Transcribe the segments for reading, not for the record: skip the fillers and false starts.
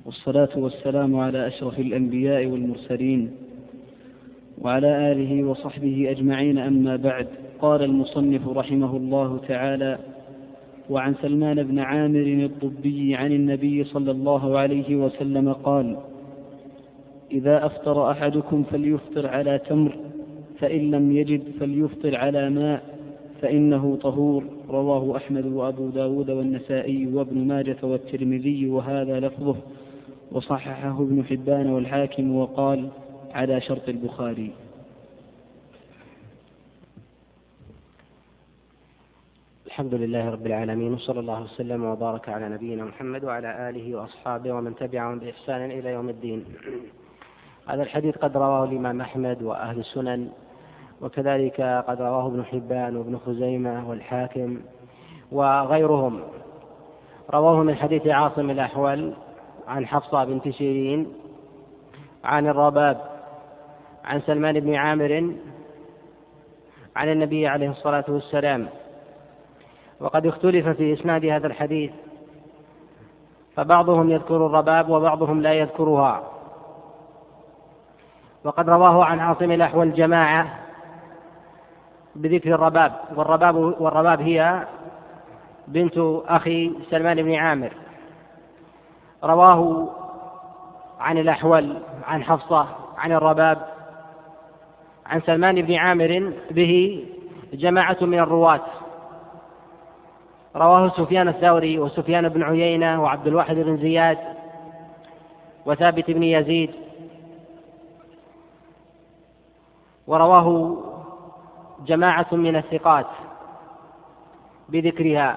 والصلاة والسلام على أشرف الأنبياء والمرسلين وعلى آله وصحبه أجمعين، أما بعد. قال المصنف رحمه الله تعالى: وعن سلمان بن عامر الضبي عن النبي صلى الله عليه وسلم قال: إذا أفطر أحدكم فليفطر على تمر، فإن لم يجد فليفطر على ماء، فإنه طهور. رواه أحمد وأبو داود والنسائي وابن ماجة والترمذي، وهذا لفظه، وصححه ابن حبان والحاكم وقال على شرط البخاري. الحمد لله رب العالمين، وصلى الله وسلم وبارك على نبينا محمد وعلى آله وأصحابه ومن تبعهم بإحسان إلى يوم الدين. هذا الحديث قد رواه الإمام أحمد وأهل السنن، وكذلك قد رواه ابن حبان وابن خزيمة والحاكم وغيرهم. رواه من حديث عاصم الأحول عن حفصة بنت سيرين عن الرباب عن سلمان بن عامر عن النبي عليه الصلاة والسلام. وقد اختلف في إسناد هذا الحديث، فبعضهم يذكر الرباب وبعضهم لا يذكرها. وقد رواه عن عاصم الأحول جماعة بذكر الرباب، والرباب هي بنت أخي سلمان بن عامر. رواه عن الأحول عن حفصة عن الرباب عن سلمان بن عامر به جماعة من الرواة. رواه سفيان الثوري وسفيان بن عيينة وعبد الواحد بن زياد وثابت بن يزيد، ورواه جماعة من الثقات بذكرها.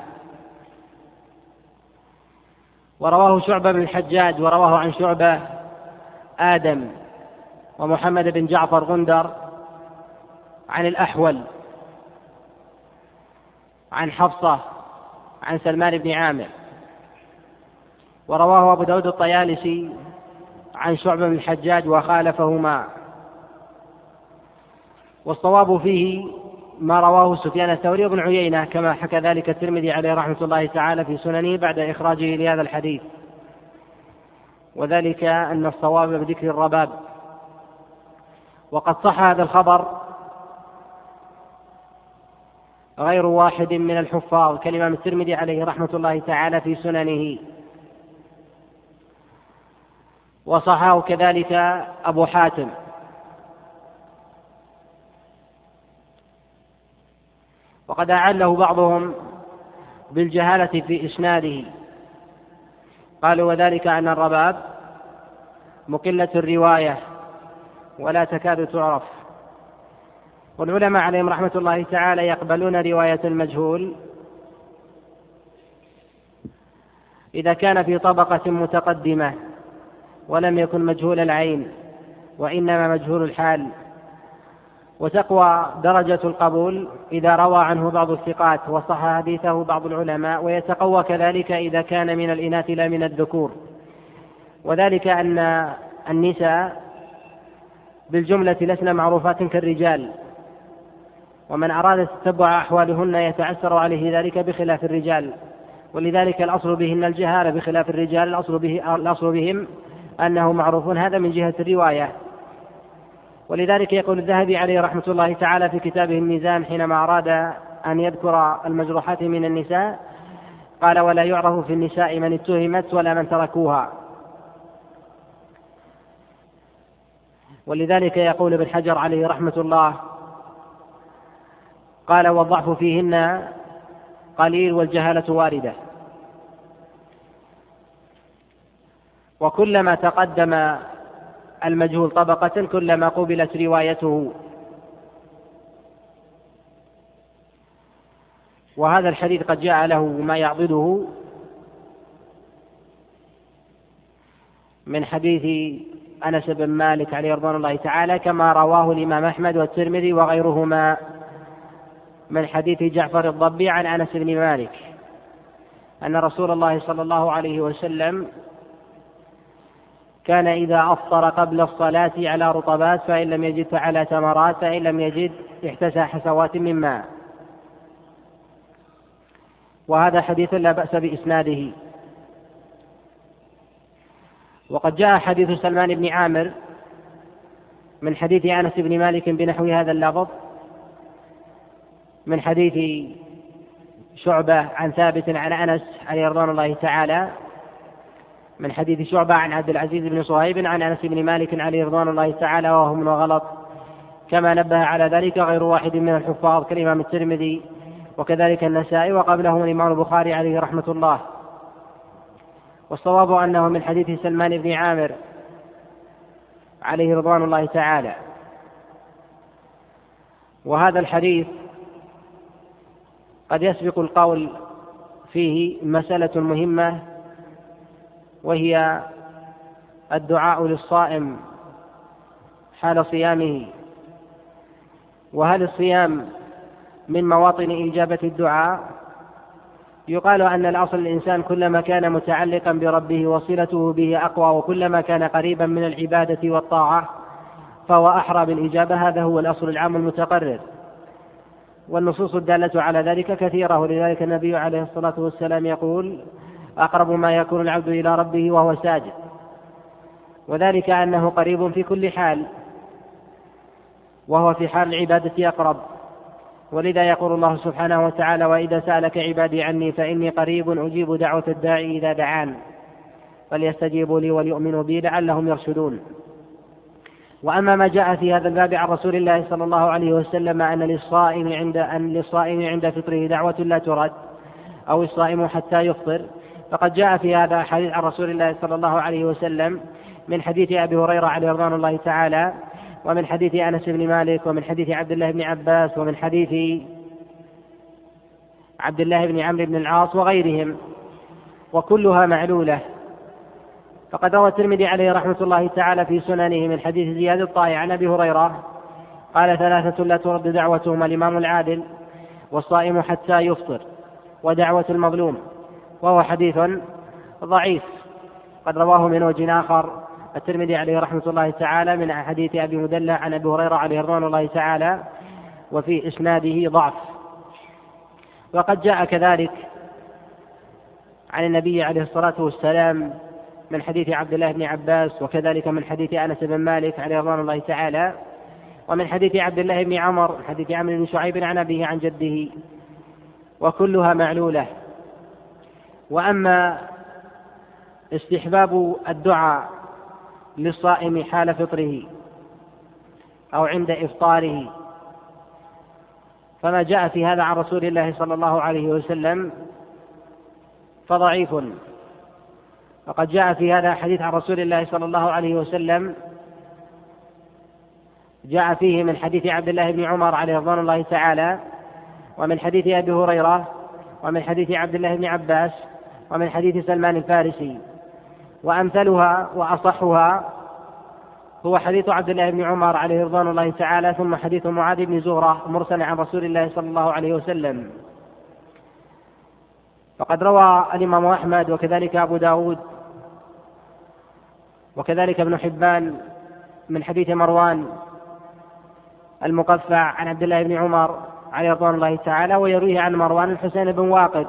ورواه شعبة بن الحجاج، ورواه عن شعبة آدم ومحمد بن جعفر غندر عن الأحول عن حفصة عن سلمان بن عامر. ورواه أبو داود الطيالسي عن شعبة بن الحجاج وخالفهما. والصواب فيه ما رواه سفيان الثوري وابن عيينة، كما حكى ذلك الترمذي عليه رحمة الله تعالى في سننه بعد إخراجه لهذا الحديث، وذلك أن الصواب بذكر الرباب. وقد صح هذا الخبر غير واحد من الحفاظ كالإمام الترمذي عليه رحمة الله تعالى في سننه، وصححه كذلك أبو حاتم. وقد أعله بعضهم بالجهالة في إسناده، قالوا وذلك أن الرباب مقلة الرواية ولا تكاد تعرف. والعلماء عليهم رحمة الله تعالى يقبلون رواية المجهول إذا كان في طبقة متقدمة ولم يكن مجهول العين وإنما مجهول الحال، وتقوى درجة القبول إذا روى عنه بعض الثقات وصح حديثه بعض العلماء، ويتقوى كذلك إذا كان من الإناث لا من الذكور. وذلك أن النساء بالجملة لسن معروفات كالرجال، ومن أراد تتبع أحوالهن يتعسر عليه ذلك بخلاف الرجال، ولذلك الأصل بهن الجهالة بخلاف الرجال الأصل بهم أنه معروفون، هذا من جهة الرواية. ولذلك يقول الذهبي عليه رحمة الله تعالى في كتابه الميزان حينما أراد أن يذكر المجروحات من النساء، قال: ولا يعرف في النساء من اتهمت ولا من تركوها. ولذلك يقول ابن حجر عليه رحمة الله قال: والضعف فيهن قليل والجهالة واردة. وكلما تقدم المجهول طبقة كلما قبلت روايته. وهذا الحديث قد جاء له ما يعضده من حديث أنس بن مالك عليه رضوان الله تعالى، كما رواه الإمام أحمد والترمذي وغيرهما من حديث جعفر الضبي عن أنس بن مالك أن رسول الله صلى الله عليه وسلم كان إذا أفطر قبل الصلاة على رطبات، فإن لم يجد فعلى تمرات، فإن لم يجد احتسى حسوات من ماء. وهذا حديث لا بأس بإسناده. وقد جاء حديث سلمان بن عامر من حديث أنس بن مالك بنحو هذا اللفظ من حديث شعبة عن ثابت عن أنس عليه رضوان الله تعالى، من حديث شعبة عن عبد العزيز بن صهيب عن أنس بن مالك عليه رضوان الله تعالى، وهو من غلط، كما نبه على ذلك غير واحد من الحفاظ كالإمام الترمذي وكذلك النسائي، وقبله الإمام البخاري عليه رحمة الله. والصواب أنه من حديث سلمان بن عامر عليه رضوان الله تعالى. وهذا الحديث قد يسبق القول فيه مسألة مهمة، وهي الدعاء للصائم حال صيامه. وهل الصيام من مواطن إجابة الدعاء؟ يقال أن الأصل الإنسان كلما كان متعلقا بربه وصلته به أقوى، وكلما كان قريبا من العبادة والطاعة فهو أحرى بالإجابة. هذا هو الأصل العام المتقرر، والنصوص الدالة على ذلك كثيرة. ولذلك النبي عليه الصلاة والسلام يقول: أقرب ما يكون العبد إلى ربه وهو ساجد، وذلك أنه قريب في كل حال، وهو في حال العبادة أقرب. ولذا يقول الله سبحانه وتعالى: وإذا سألك عبادي عني فإني قريب أجيب دعوة الداعي إذا دعان فليستجيبوا لي وليؤمنوا بي لعلهم يرشدون. وأما ما جاء في هذا الباب عن رسول الله صلى الله عليه وسلم أن للصائم عند فطره دعوة لا ترد، أو الصائم حتى يفطر، فقد جاء في هذا حديث عن رسول الله صلى الله عليه وسلم من حديث أبي هريرة عليه رضوان الله تعالى، ومن حديث أنس بن مالك، ومن حديث عبد الله بن عباس، ومن حديث عبد الله بن عمرو بن العاص وغيرهم، وكلها معلولة. فقد روى الترمذي عليه رحمة الله تعالى في سننه من حديث زياد الطائي عن أبي هريرة قال: ثلاثة لا ترد دعوتهم: الإمام العادل، والصائم حتى يفطر، ودعوة المظلوم. وهو حديث ضعيف، قد رواه من وجه آخر الترمذي عليه رحمة الله تعالى من حديث أبي مدلة عن أبي هريرة عليه رضوان الله تعالى، وفي إسناده ضعف. وقد جاء كذلك عن النبي عليه الصلاة والسلام من حديث عبد الله بن عباس، وكذلك من حديث أنس بن مالك عليه رضوان الله تعالى، ومن حديث عبد الله بن عمر، حديث عمرو بن شعيب عن أبيه عن جده، وكلها معلولة. وأما استحباب الدعاء للصائم حال فطره أو عند إفطاره، فما جاء في هذا عن رسول الله صلى الله عليه وسلم فضعيف. وقد جاء في هذا حديث عن رسول الله صلى الله عليه وسلم جاء فيه من حديث عبد الله بن عمر عليه رضوان الله تعالى، ومن حديث أبي هريرة، ومن حديث عبد الله بن عباس، ومن حديث سلمان الفارسي. وأمثلها وأصحها هو حديث عبد الله بن عمر عليه رضوان الله تعالى، ثم حديث معاذ بن زهرة مرسل عن رسول الله صلى الله عليه وسلم. فقد روى الإمام أحمد وكذلك أبو داود وكذلك ابن حبان من حديث مروان المقفع عن عبد الله بن عمر عليه رضوان الله تعالى، ويرويه عن مروان الحسين بن واقد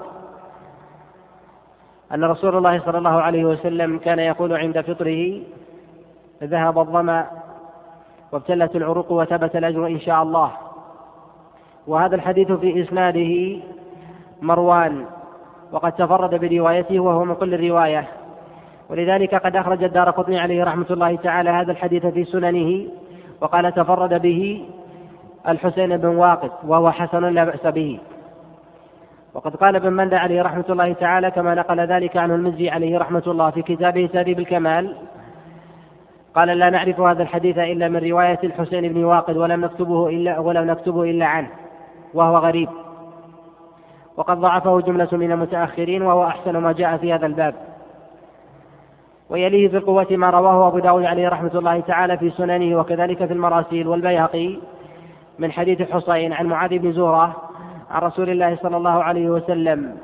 أن رسول الله صلى الله عليه وسلم كان يقول عند فطره: ذهب الظمأ وابتلت العروق وثبت الأجر إن شاء الله. وهذا الحديث في إسناده مروان، وقد تفرد بروايته وهو من كل الرواية، ولذلك قد أخرج الدارقطني عليه رحمة الله تعالى هذا الحديث في سننه، وقال تفرد به الحسين بن واقد وهو حسن لا بأس به. وقد قال ابن مندى عليه رحمة الله تعالى كما نقل ذلك عنه المزي عليه رحمة الله في كتابه تهذيب الكمال، قال: لا نعرف هذا الحديث إلا من رواية الحسين بن واقد ولم نكتبه إلا عنه، وهو غريب. وقد ضعفه جملة من المتأخرين، وهو أحسن ما جاء في هذا الباب. ويليه في القوة ما رواه أبو داود عليه رحمة الله تعالى في سننه، وكذلك في المراسيل والبيهقي من حديث حسين عن معاذ بن زهرة عن رسول الله صلى الله عليه وسلم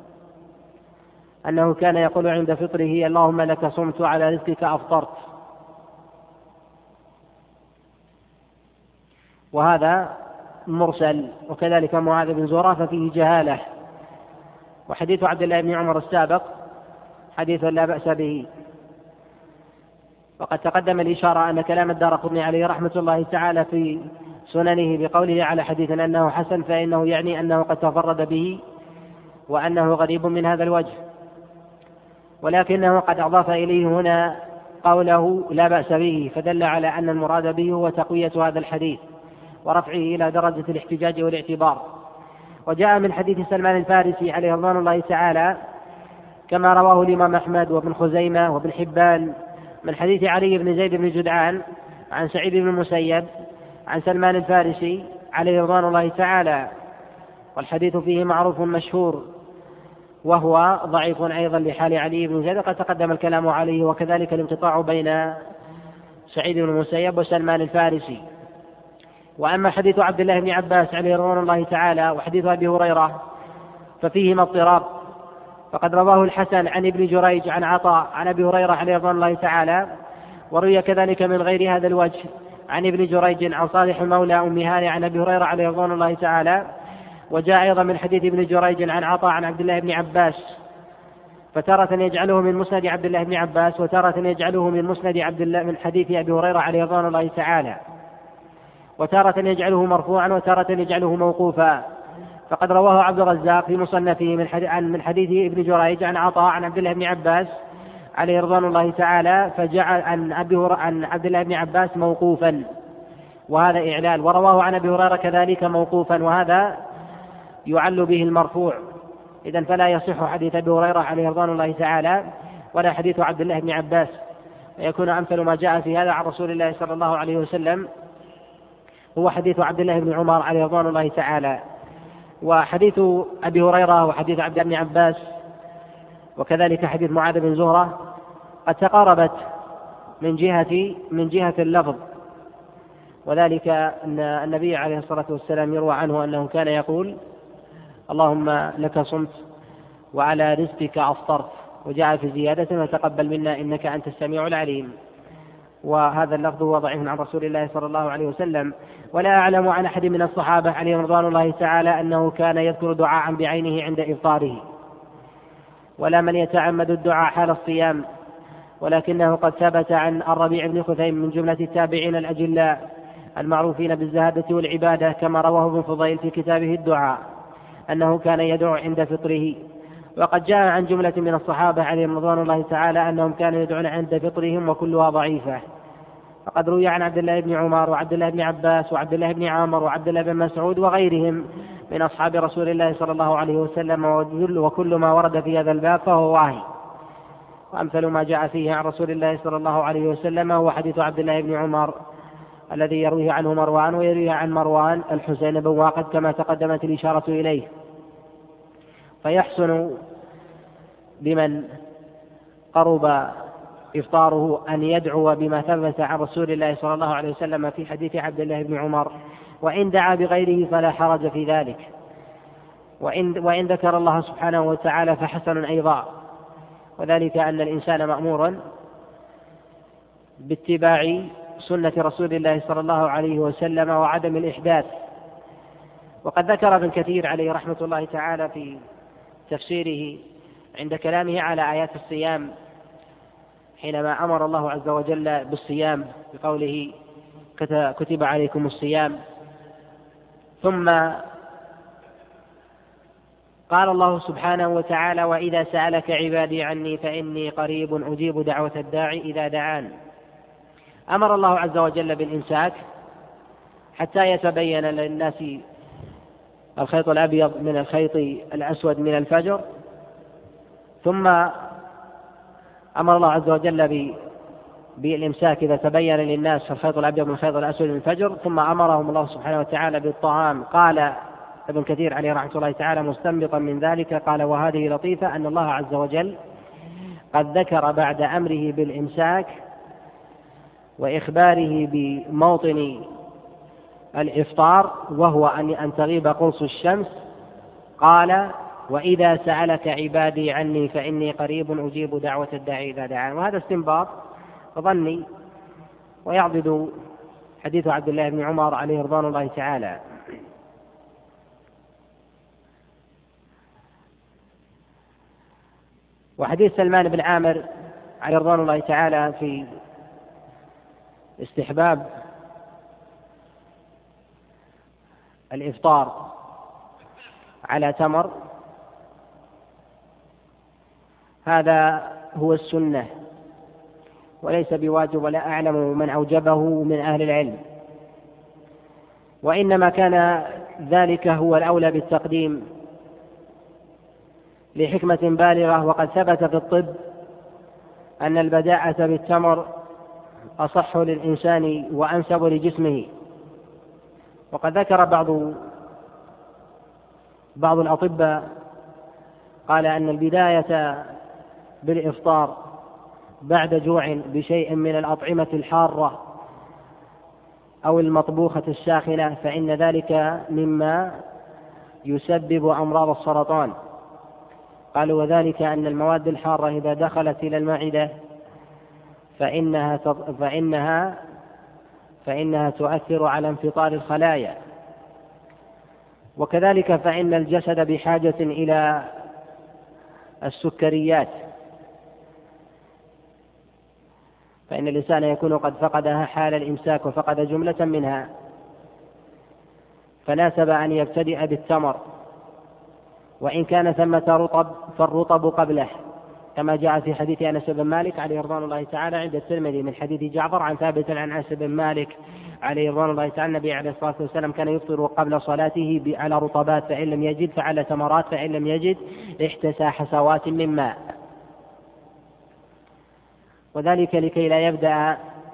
أنه كان يقول عند فطره: اللهم لك صمت على رزقك أفطرت. وهذا مرسل. وكذلك معاذ بن زهرة ففيه جهالة. وحديث عبد الله بن عمر السابق حديث لا بأس به. وقد تقدم الإشارة أن كلام الدارقطني عليه رحمة الله تعالى في سننه بقوله على حديث أنه حسن فإنه يعني أنه قد تفرد به وأنه غريب من هذا الوجه، ولكنه قد أضاف إليه هنا قوله لا بأس به، فدل على أن المراد به هو تقوية هذا الحديث ورفعه إلى درجة الاحتجاج والاعتبار. وجاء من حديث سلمان الفارسي عليه رضوان الله تعالى كما رواه الإمام أحمد وابن خزيمة وابن حبان من حديث علي بن زيد بن جدعان عن سعيد بن المسيب عن سلمان الفارسي عليه رضوان الله تعالى، والحديث فيه معروف مشهور وهو ضعيف أيضا لحال علي بن زيد قد تقدم الكلام عليه، وكذلك الانقطاع بين سعيد بن المسيب وسلمان الفارسي. وأما حديث عبد الله بن عباس عليه رضوان الله تعالى وحديث أبي هريرة ففيهما اضطراب، فقد رواه الحسن عن ابن جريج عن عطاء عن أبي هريرة عليه رضوان الله تعالى، وروي كذلك من غير هذا الوجه عن ابن جريج عن صالح مولى أم هاني عن أبي هريرة عليه رضوان الله تعالى. وجاء أيضا من حديث ابن جريج عن عطاء عن عبد الله بن عباس، فتارة يجعله من مسند عبد الله بن عباس وتارة يجعله من مسند عبد الله من حديث أبي هريرة عليه رضوان الله تعالى، وتارة يجعله مرفوعا وتارة يجعله موقوفا. فقد رواه عبد الرزاق في مصنفه من حديث ابن جريج عن عطاء عن عبد الله بن عباس عليه رضوان الله تعالى فجعل عن عبد الله بن عباس موقوفا، وهذا إعلال. ورواه عن أبي هريرة كذلك موقوفا، وهذا يعل به المرفوع. إذن فلا يصح حديث أبي هريرة عليه رضوان الله تعالى ولا حديث عبد الله بن عباس، ويكون أمثل ما جاء في هذا عن رسول الله صلى الله عليه وسلم هو حديث عبد الله بن عمر عليه رضوان الله تعالى. وحديث أبي هريرة وحديث عبد الله بن عباس وكذلك حديث معاذ بن زهرة قد تقاربت من جهة اللفظ، وذلك أن النبي عليه الصلاة والسلام يروى عنه أنه كان يقول اللهم لك صمت وعلى رزقك أفطرت، وجاء في زيادة وتقبل منا إنك أنت السميع العليم. وهذا اللفظ هو ضعيف عن رسول الله صلى الله عليه وسلم، ولا أعلم عن أحد من الصحابة عليهم رضوان الله تعالى أنه كان يذكر دعاء بعينه عند إفطاره، ولا من يتعمد الدعاء حال الصيام، ولكنه قد ثبت عن الربيع بن خثيم من جملة التابعين الأجلاء المعروفين بالزهادة والعبادة كما رواه ابن فضيل في كتابه الدعاء أنه كان يدعو عند فطره. وقد جاء عن جملة من الصحابة عليهم رضوان الله تعالى أنهم كانوا يدعون عند فطرهم وكلها ضعيفة. فقد روي عن عبد الله بن عمر وعبد الله بن عباس وعبد الله بن عامر وعبد الله بن مسعود وغيرهم من أصحاب رسول الله صلى الله عليه وسلم، وكل ما ورد في هذا الباب فهو واهي. وأمثل ما جاء فيه عن رسول الله صلى الله عليه وسلم هو حديث عبد الله بن عمر الذي يرويه عنه مروان، ويرويه عن مروان الحسين بن واقد كما تقدمت الإشارة إليه. فيحسن بمن قرب إفطاره أن يدعو بما ثبت عن رسول الله صلى الله عليه وسلم في حديث عبد الله بن عمر، وإن دعا بغيره فلا حرج في ذلك، وإن ذكر الله سبحانه وتعالى فحسن أيضا، وذلك أن الإنسان مأمور باتباع سنة رسول الله صلى الله عليه وسلم وعدم الإحداث. وقد ذكر ابن كثير عليه رحمة الله تعالى في تفسيره عند كلامه على آيات الصيام حينما أمر الله عز وجل بالصيام بقوله كتب عليكم الصيام، ثم قال الله سبحانه وتعالى وإذا سألك عبادي عني فإني قريب أجيب دعوة الداعي إذا دعان. أمر الله عز وجل بالإمساك حتى يتبين للناس الخيط الأبيض من الخيط الأسود من الفجر، ثم أمر الله عز وجل بالإمساك إذا تبين للناس الخيط الأبيض من الخيط الأسود من الفجر، ثم أمرهم الله سبحانه وتعالى بالطعام. قال ابن كثير عليه رحمة الله تعالى مستنبطا من ذلك قال وهذه لطيفة أن الله عز وجل قد ذكر بعد أمره بالإمساك وإخباره بموطن الإفطار وهو أن تغيب قرص الشمس قال وإذا سألك عبادي عني فإني قريب أجيب دعوة الداعي إذا دعان. وهذا استنباط ظني ويعضد حديث عبد الله بن عمر عليه رضوان الله تعالى. وحديث سلمان بن عامر عليه رضوان الله تعالى في استحباب الإفطار على تمر هذا هو السنة وليس بواجب، ولا أعلم من أوجبه من أهل العلم، وإنما كان ذلك هو الأولى بالتقديم لحكمة بالغة. وقد ثبت في الطب أن البداءة بالتمر أصح للإنسان وأنسب لجسمه. وقد ذكر بعض الأطباء قال أن البداية بالإفطار بعد جوع بشيء من الأطعمة الحارة أو المطبوخة الساخنة فإن ذلك مما يسبب أمراض السرطان. قالوا وذلك أن المواد الحارة إذا دخلت إلى المعدة فإنها تؤثر على انفطار الخلايا. وكذلك فإن الجسد بحاجة إلى السكريات، فإن الإنسان يكون قد فقدها حال الإمساك وفقد جملة منها، فناسب أن يبتدئ بالتمر، وإن كان ثمة رطب فالرطب قبله، كما جاء في حديث أنس بن مالك عليه رضوان الله تعالى عند الترمذي من حديث جعفر عن ثابت عن أنس بن مالك عليه رضوان الله تعالى النبي عليه الصلاة والسلام كان يفطر قبل صلاته على رطبات، فإن لم يجد فعلى تمرات، فإن لم يجد احتسى حسوات من ماء، وذلك لكي لا يبدأ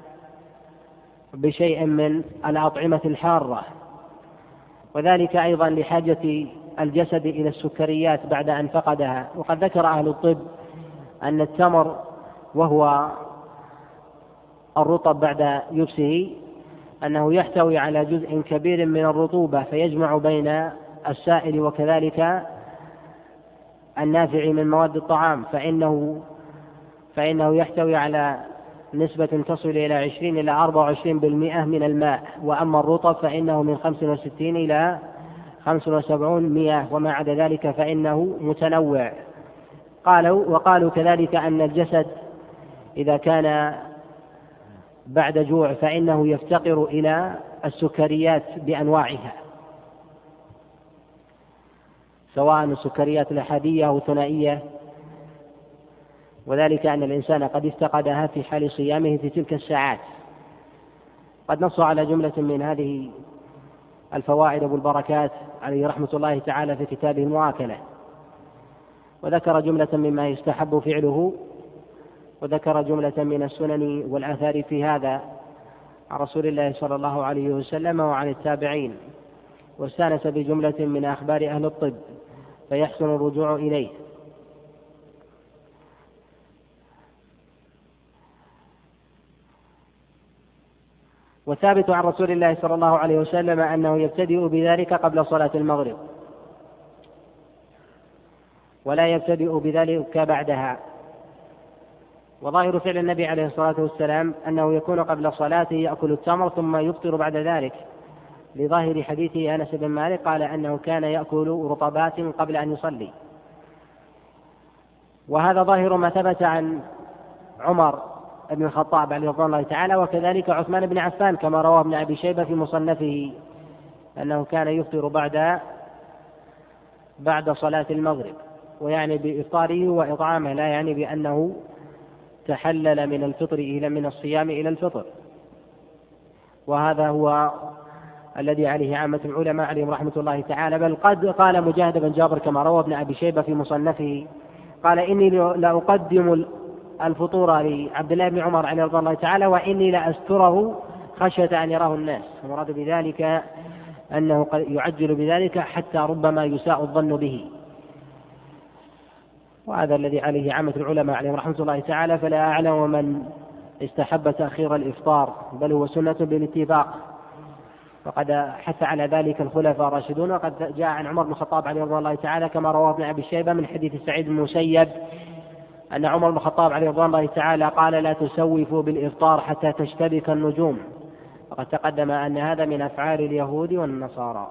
بشيء من الأطعمة الحارة، وذلك أيضا لحاجة الجسد إلى السكريات بعد أن فقدها. وقد ذكر أهل الطب أن التمر وهو الرطب بعد يبسه أنه يحتوي على جزء كبير من الرطوبة فيجمع بين السائل وكذلك النافع من مواد الطعام، فإنه يحتوي على نسبة تصل إلى 20 إلى 24% من الماء، وأما الرطب فإنه من 65 إلى 75%، وما عدا ذلك فإنه متنوع. وقالوا كذلك أن الجسد إذا كان بعد جوع فإنه يفتقر إلى السكريات بأنواعها، سواء السكريات الأحادية أو الثنائية، وذلك أن الإنسان قد افتقدها في حال صيامه في تلك الساعات. قد نص على جملة من هذه الفوائد والبركات عليه رحمة الله تعالى في كتابه المواكلة، وذكر جملة مما يستحب فعله، وذكر جملة من السنن والآثار في هذا عن رسول الله صلى الله عليه وسلم وعن التابعين، واستانس بجملة من أخبار أهل الطب فيحسن الرجوع إليه. وثابت عن رسول الله صلى الله عليه وسلم أنه يبتدئ بذلك قبل صلاة المغرب، ولا يبتدئ بذلك بعدها. وظاهر فعل النبي عليه الصلاة والسلام أنه يكون قبل صلاته يأكل التمر ثم يفطر بعد ذلك، لظاهر حديث أنس بن مالك قال أنه كان يأكل رطبات قبل أن يصلي. وهذا ظاهر ما ثبت عن عمر بن الخطاب عليه رضوان الله تعالى، وكذلك عثمان بن عفان كما رواه ابن أبي شيبة في مصنفه أنه كان يفطر بعد صلاة المغرب، ويعني بإفطاره وإطعامه، لا يعني بأنه تحلل من الصيام إلى الفطر. وهذا هو الذي عليه عامة العلماء عليهم رحمة الله تعالى. بل قد قال مجاهد بن جابر كما روى ابن أبي شيبة في مصنفه قال إني لأقدم الفطور لعبد الله بن عمر عليه رضي الله تعالى، وإني لأستره خشية أن يراه الناس. المراد بذلك أنه قد يعجل بذلك حتى ربما يساء الظن به، وهذا الذي عليه عامة العلماء عليهم رحمة الله تعالى. فلا أعلم من استحب تأخير الإفطار، بل هو سنة بالاتفاق، وقد حث على ذلك الخلفاء الراشدون. وقد جاء عن عمر بن الخطاب عليه رضي الله تعالى كما رواه ابن أبي شيبة من حديث سعيد بن المسيب أن عمر بن الخطاب عليه رضي الله تعالى قال لا تسوفوا بالإفطار حتى تشتبك النجوم، وقد تقدم أن هذا من أفعال اليهود والنصارى.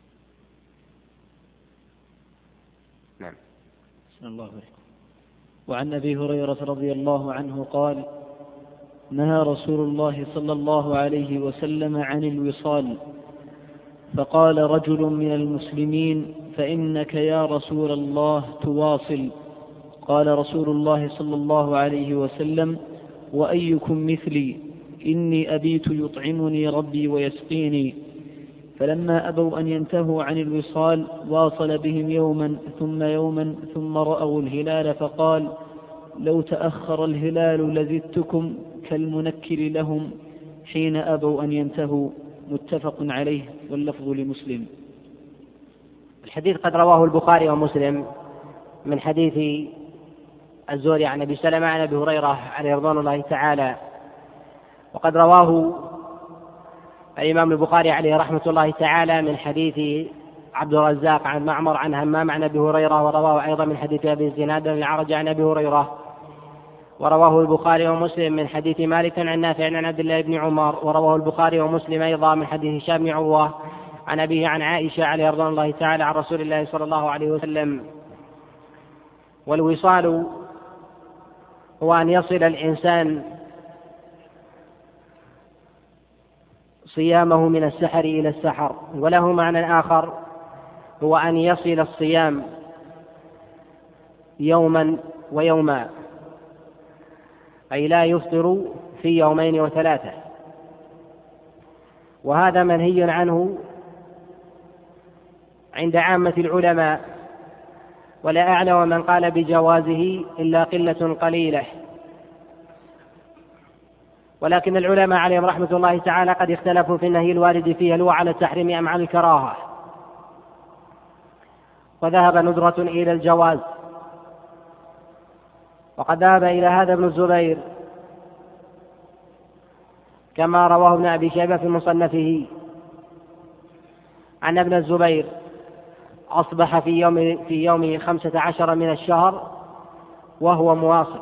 نعم. الله عليكم. وعن أبي هريرة رضي الله عنه قال: نهى رسول الله صلى الله عليه وسلم عن الوصال، فقال رجل من المسلمين: فإنك يا رسول الله تواصل. قال رسول الله صلى الله عليه وسلم: وأيكم مثلي؟ إني أبيت يطعمني ربي ويسقيني. فلما أبوا أن ينتهوا عن الوصال واصل بهم يوما ثم رأوا الهلال، فقال: لو تأخر الهلال لزدتكم كالمنكر لهم حين أبوا أن ينتهوا. متفق عليه، واللفظ لمسلم. الحديث قد رواه البخاري ومسلم من حديث الزهري عن أبي سلمة عن أبي هريرة عليه رضوان الله تعالى، وقد رواه الإمام البخاري عليه رحمة الله تعالى من حديث عبد الرزاق عن معمر عن همام عن أبي هريرة، ورواه أيضا من حديث أبي الزناد بن العرج عن أبي هريرة، ورواه البخاري ومسلم من حديث مالك عن نافع عن عبد الله بن عمر، ورواه البخاري ومسلم أيضا من حديث هشام بن عروة عن أبيه عن عائشة عليه رضوان الله تعالى عن رسول الله صلى الله عليه وسلم. والوصال هو أن يصل الإنسان صيامه من السحر إلى السحر، وله معنى آخر هو أن يصل الصيام يوما ويوما، أي لا يفطر في يومين وثلاثة، وهذا منهي عنه عند عامة العلماء، ولا أعلم من قال بجوازه إلا قلة قليلة، ولكن العلماء عليهم رحمة الله تعالى قد اختلفوا في النهي الوارد فيه، هل هو على التحريم أم على الكراهة، وذهب ندرة إلى الجواز، وقد ذهب إلى هذا ابن الزبير كما رواه ابن أبي شيبة في مصنفه أن ابن الزبير أصبح في يوم 15 من الشهر وهو مواصل.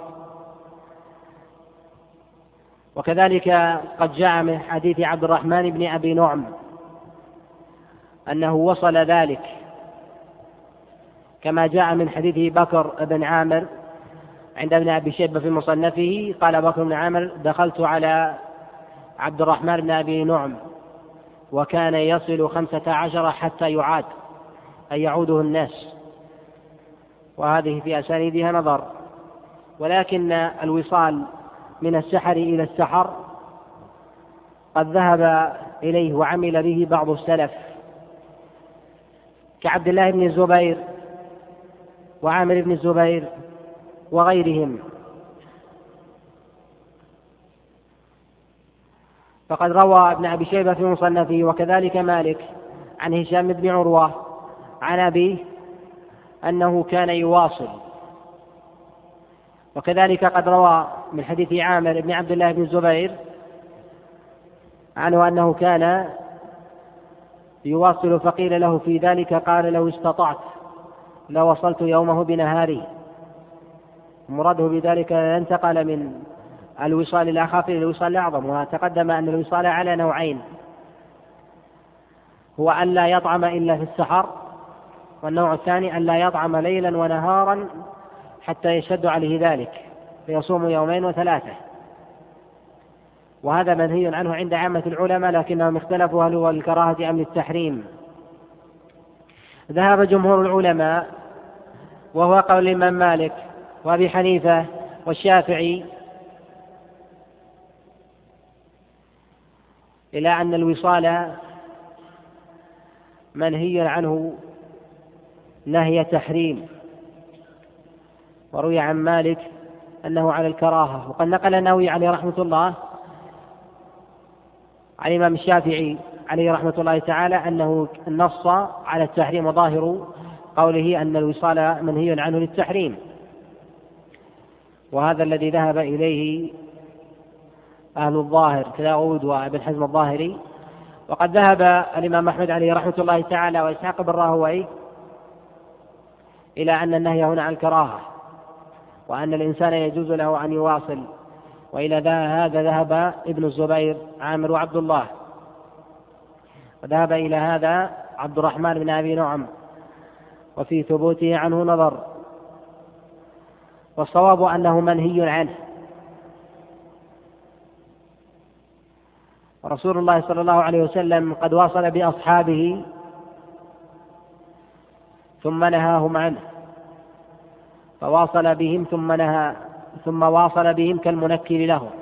وكذلك قد جاء من حديث عبد الرحمن بن أبي نعم أنه وصل ذلك، كما جاء من حديث بكر بن عامر عند ابن أبي شيبة في مصنفه قال بكر بن عامر: دخلت على عبد الرحمن بن أبي نعم وكان يصل 15 حتى يعاد، أي يعوده الناس، وهذه في أسانيدها نظر. ولكن الوصال من السحر إلى السحر قد ذهب إليه وعمل به بعض السلف كعبد الله بن الزبير وعامر بن الزبير وغيرهم، فقد روى ابن أبي شيبة في مصنفه وكذلك مالك عن هشام بن عروة عن أبيه أنه كان يواصل، وكذلك قد روى من حديث عامر بن عبد الله بن الزبير عنه أنه كان يواصل، فقيل له في ذلك قال: لو استطعت لوصلت يومه بنهاره. مراده بذلك انتقل من الوصال الأخف إلى الوصال الأعظم، وتقدم أن الوصال على نوعين: هو أن لا يطعم إلا في السحر، والنوع الثاني أن لا يطعم ليلا ونهارا حتى يشد عليه ذلك فيصوم يومين وثلاثة. وهذا منهي عنه عند عامة العلماء، لكنهم اختلفوا هل هو للكراهة أم للتحريم. ذهب جمهور العلماء، وهو قول الإمام مالك وأبي حنيفة والشافعي، إلى أن الوصال منهي عنه نهي تحريم، وروي عن مالك أنه على الكراهة. وقد نقل النووي عليه رحمة الله عن الإمام الشافعي عليه رحمة الله تعالى أنه نص على التحريم، وظاهر قوله أن الوصال منهي عنه للتحريم، وهذا الذي ذهب إليه أهل الظاهر كداود وابن حزم الظاهري. وقد ذهب الإمام أحمد عليه رحمة الله تعالى وإسحاق بن راهويه إلى أن النهي هنا عن الكراهة، وأن الإنسان يجوز له أن يواصل، وإلى هذا ذهب ابن الزبير عامر وعبد الله، وذهب إلى هذا عبد الرحمن بن أبي نعم، وفي ثبوته عنه نظر. والصواب أنه منهي عنه. ورسول الله صلى الله عليه وسلم قد واصل بأصحابه ثم نهاهم عنه، فواصل بهم ثم واصل بهم كالمنكر لهم.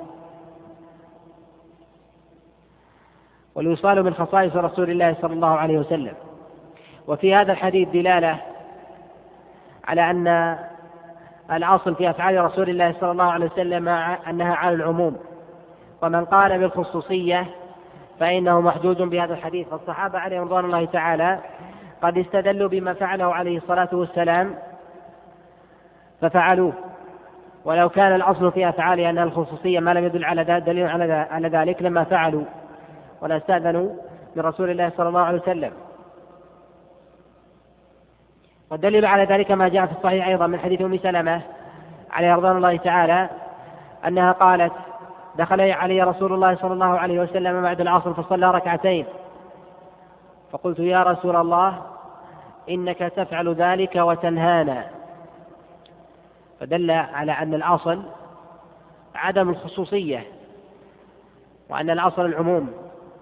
والوصال من خصائص رسول الله صلى الله عليه وسلم. وفي هذا الحديث دلالة على أن الأصل في أفعال رسول الله صلى الله عليه وسلم أنها على العموم، ومن قال بالخصوصية فإنه محجوج بهذا الحديث. فالصحابة عليهم رضوان الله تعالى قد استدلوا بما فعله عليه الصلاة والسلام ففعلوه، ولو كان الأصل في أفعاله أنها الخصوصية ما لم يدل على دليل على ذلك لما فعلوا ولا استأذنوا من رسول الله صلى الله عليه وسلم. والدليل على ذلك ما جاء في الصحيح أيضا من حديث أم سلمة عليه رضوان الله تعالى أنها قالت: دخل علي رسول الله صلى الله عليه وسلم بعد العصر فصلى ركعتين، فقلت: يا رسول الله إنك تفعل ذلك وتنهانا. فدل على أن الأصل عدم الخصوصية وأن الأصل العموم.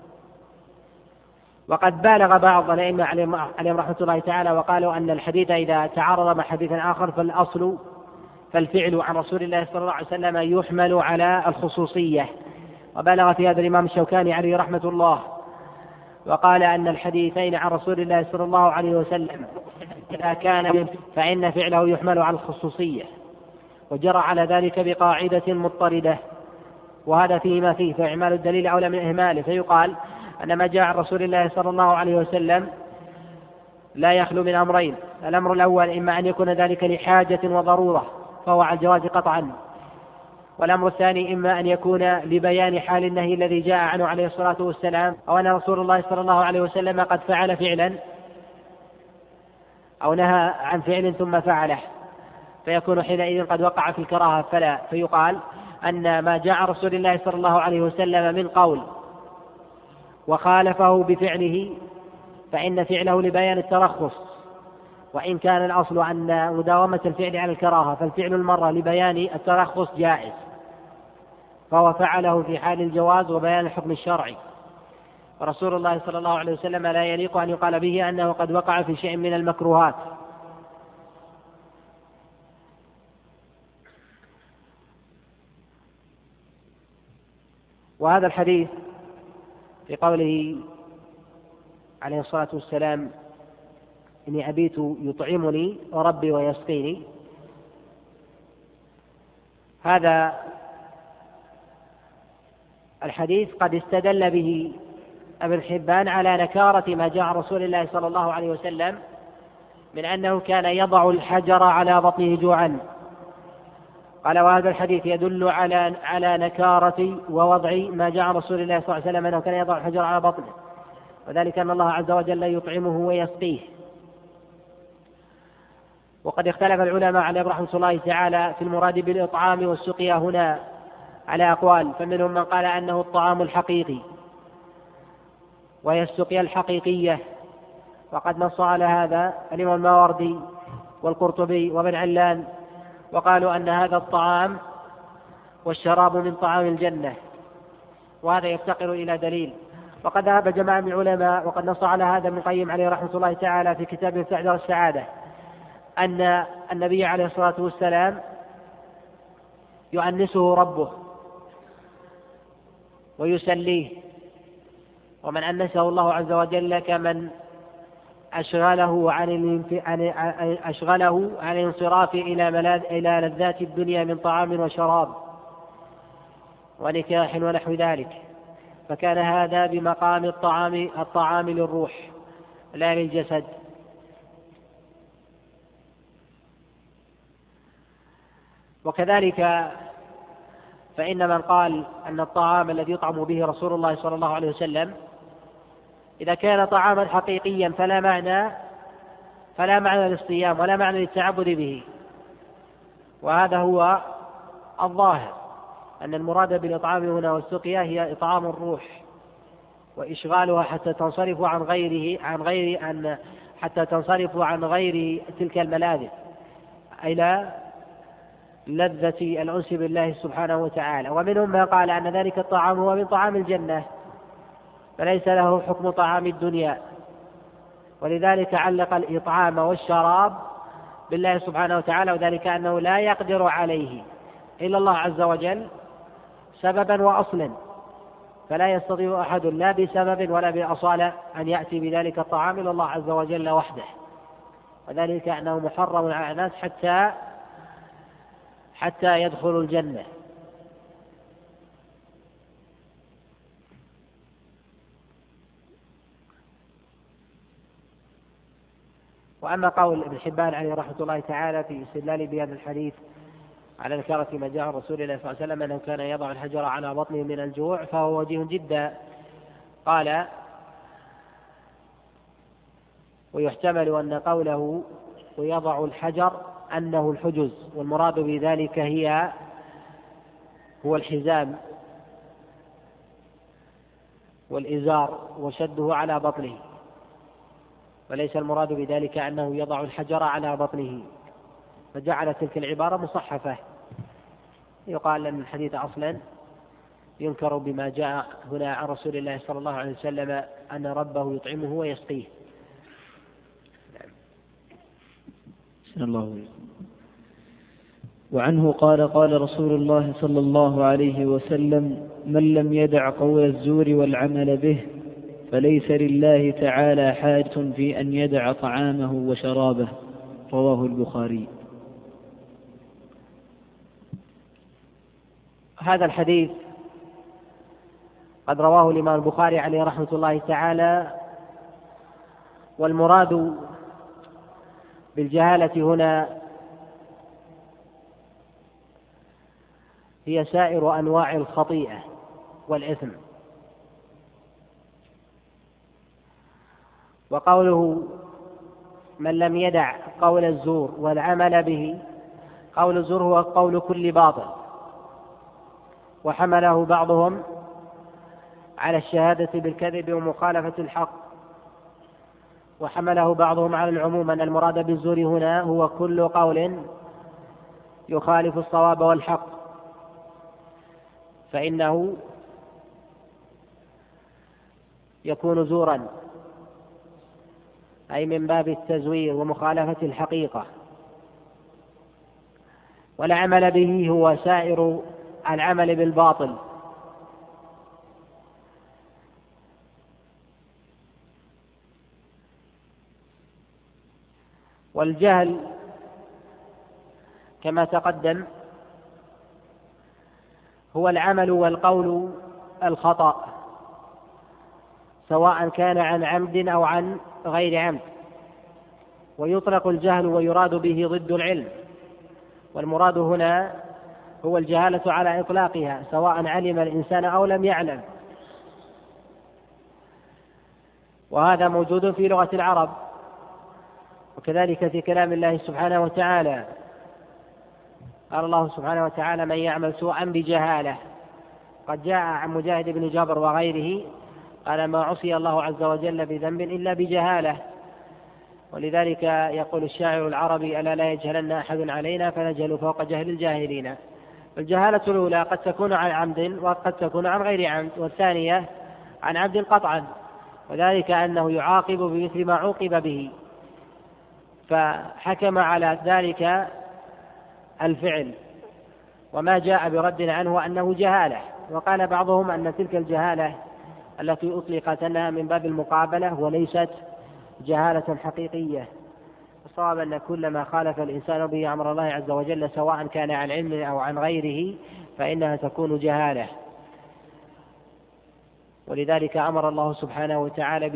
وقد بالغ بعض الأئمة عليهم رحمة الله تعالى وقالوا أن الحديث إذا تعارض مع حديث آخر فالفعل عن رسول الله صلى الله عليه وسلم يحمل على الخصوصية. وبالغ في هذا الإمام الشوكاني عليه رحمة الله وقال أن الحديثين عن رسول الله صلى الله عليه وسلم إذا كان فإن فعله يحمل على الخصوصية، وجرى على ذلك بقاعدة مضطردة، وهذا فيه ما فيه، فإعمال الدليل أولى من إهماله. فيقال أن ما جاء عن رسول الله صلى الله عليه وسلم لا يخلو من أمرين: الأمر الأول إما أن يكون ذلك لحاجة وضرورة فهو على الجواز قطعا، والأمر الثاني إما أن يكون لبيان حال النهي الذي جاء عنه عليه الصلاة والسلام، أو أن رسول الله صلى الله عليه وسلم قد فعل فعلا أو نهى عن فعل ثم فعله، فيكون حينئذ قد وقع في الكراهة فلا. فيقال أن ما جاء عن رسول الله صلى الله عليه وسلم من قول وخالفه بفعله فإن فعله لبيان الترخص، وإن كان الأصل أن مداومة الفعل على الكراهة فالفعل المرة لبيان الترخص جائز، فهو فعله في حال الجواز وبيان الحكم الشرعي. ورسول الله صلى الله عليه وسلم لا يليق أن يقال به أنه قد وقع في شيء من المكروهات. وهذا الحديث في قوله عليه الصلاة والسلام: إني أبيت يطعمني وربي ويسقيني، هذا الحديث قد استدل به ابن حبان على نكارة ما جاء عن رسول الله صلى الله عليه وسلم من أنه كان يضع الحجر على بطنه جوعا. قال: وهذا الحديث يدل على نكارة ووضع ما جاء عن رسول الله صلى الله عليه وسلم أنه كان يضع الحجر على بطنه، وذلك أن الله عز وجل يطعمه ويسقيه. وقد اختلف العلماء عليهم رحمة الله تعالى في المراد بالإطعام والسقيا هنا على أقوال، فمنهم من قال أنه الطعام الحقيقي وهي السقيا الحقيقية، وقد نص على هذا الإمام الماوردي والقرطبي وابن علان، وقالوا أن هذا الطعام والشراب من طعام الجنة، وهذا يفتقر إلى دليل. وقد ذهب جماعة من العلماء وقد نص على هذا ابن القيم عليه رحمة الله تعالى في كتابه مفتاح دار السعادة أن النبي عليه الصلاة والسلام يؤنسه ربه ويسليه، ومن أنسه الله عز وجل كمن أشغله عن الانصراف إلى لذات الدنيا من طعام وشراب ونكاح ونحو ذلك، فكان هذا بمقام الطعام للروح لا للجسد. وكذلك فإن من قال أن الطعام الذي يطعم به رسول الله صلى الله عليه وسلم إذا كان طعاما حقيقيا فلا معنى للصيام ولا معنى للتعبد به، وهذا هو الظاهر، أن المراد بالإطعام هنا والسقيا هي إطعام الروح وإشغالها حتى تنصرف حتى تنصرف عن غير تلك الملاذ لذة الأنس بالله سبحانه وتعالى. ومنهم من قال أن ذلك الطعام هو من طعام الجنة فليس له حكم طعام الدنيا، ولذلك علق الإطعام والشراب بالله سبحانه وتعالى، وذلك أنه لا يقدر عليه إلا الله عز وجل سببا وأصلا، فلا يستطيع أحد لا بسبب ولا بأصالة أن يأتي بذلك الطعام إلا الله عز وجل وحده، وذلك أنه محرم على الناس حتى يدخلوا الجنة. وأما قول ابن حبان عليه رحمة الله تعالى في استدلال بهذا الحديث على نكارة ما جاء عن رسول الله صلى الله عليه وسلم أنه كان يضع الحجر على بطنه من الجوع فهو وجيه جدا. قال: ويحتمل أن قوله ويضع الحجر أنه الحجز، والمراد بذلك هو الحزام والإزار وشده على بطنه، وليس المراد بذلك أنه يضع الحجر على بطنه، فجعل تلك العبارة مصحفة. يقال أن الحديث أصلا ينكر بما جاء هنا عن رسول الله صلى الله عليه وسلم أن ربه يطعمه ويسقيه. الله. وعنه قال: قال رسول الله صلى الله عليه وسلم: من لم يدع قول الزور والعمل به فليس لله تعالى حاجة في أن يدع طعامه وشرابه. رواه البخاري. هذا الحديث قد رواه الإمام البخاري عليه رحمة الله تعالى، والمراد بالجهالة هنا هي سائر أنواع الخطيئة والإثم. وقوله من لم يدع قول الزور والعمل به، قول الزور هو قول كل باطل، وحمله بعضهم على الشهادة بالكذب ومخالفة الحق، وحمله بعضهم على العموم أن المراد بالزور هنا هو كل قول يخالف الصواب والحق، فإنه يكون زورا، أي من باب التزوير ومخالفة الحقيقة. والعمل به هو سائر العمل بالباطل، والجهل كما تقدم هو العمل والقول الخطأ، سواء كان عن عمد أو عن غير عمد. ويطلق الجهل ويراد به ضد العلم، والمراد هنا هو الجهالة على إطلاقها، سواء علم الإنسان أو لم يعلم. وهذا موجود في لغة العرب، وكذلك في كلام الله سبحانه وتعالى. قال الله سبحانه وتعالى: من يعمل سوءا بجهالة. قد جاء عن مجاهد بن جبر وغيره قال: ما عصي الله عز وجل بذنب إلا بجهالة. ولذلك يقول الشاعر العربي: ألا لا يجهلن أحد علينا فنجهل فوق جهل الجاهلين. الجهالة الأولى قد تكون عن عمد وقد تكون عن غير عمد، والثانية عن عمد قطعا، وذلك أنه يعاقب بمثل ما عوقب به، فحكم على ذلك الفعل وما جاء برد عنه أنه جهالة. وقال بعضهم أن تلك الجهالة التي أطلقت أنها من باب المقابلة وليست جهالة حقيقية. الصواب أن كل ما خالف الإنسان به أمر الله عز وجل سواء كان عن علم أو عن غيره فإنها تكون جهالة. ولذلك أمر الله سبحانه وتعالى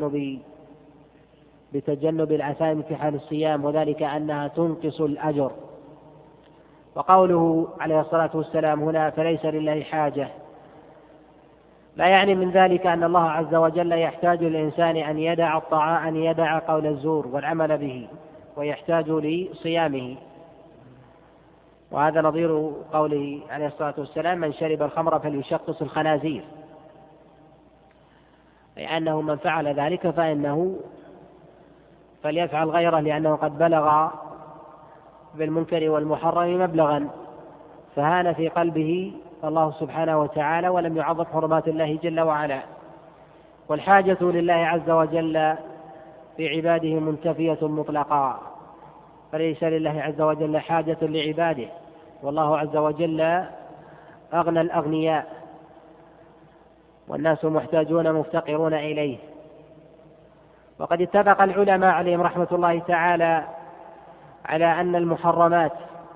بتجنب الآثام في حال الصيام، وذلك أنها تنقص الأجر. وقوله عليه الصلاة والسلام هنا فليس لله حاجة، لا يعني من ذلك أن الله عز وجل يحتاج للإنسان أن يدع قول الزور والعمل به، ويحتاج لصيامه. وهذا نظير قوله عليه الصلاة والسلام: من شرب الخمر فليشقص الخنازير، أي أنه من فعل ذلك فليفعل غيره، لأنه قد بلغ بالمنكر والمحرم مبلغا فهان في قلبه الله سبحانه وتعالى ولم يعظم حرمات الله جل وعلا. والحاجة لله عز وجل في عباده منتفية مطلقا، فليس لله عز وجل حاجة لعباده، والله عز وجل أغنى الأغنياء والناس محتاجون مفتقرون إليه. وقد اتفق العلماء عليهم رحمة الله تعالى على أن المحرمات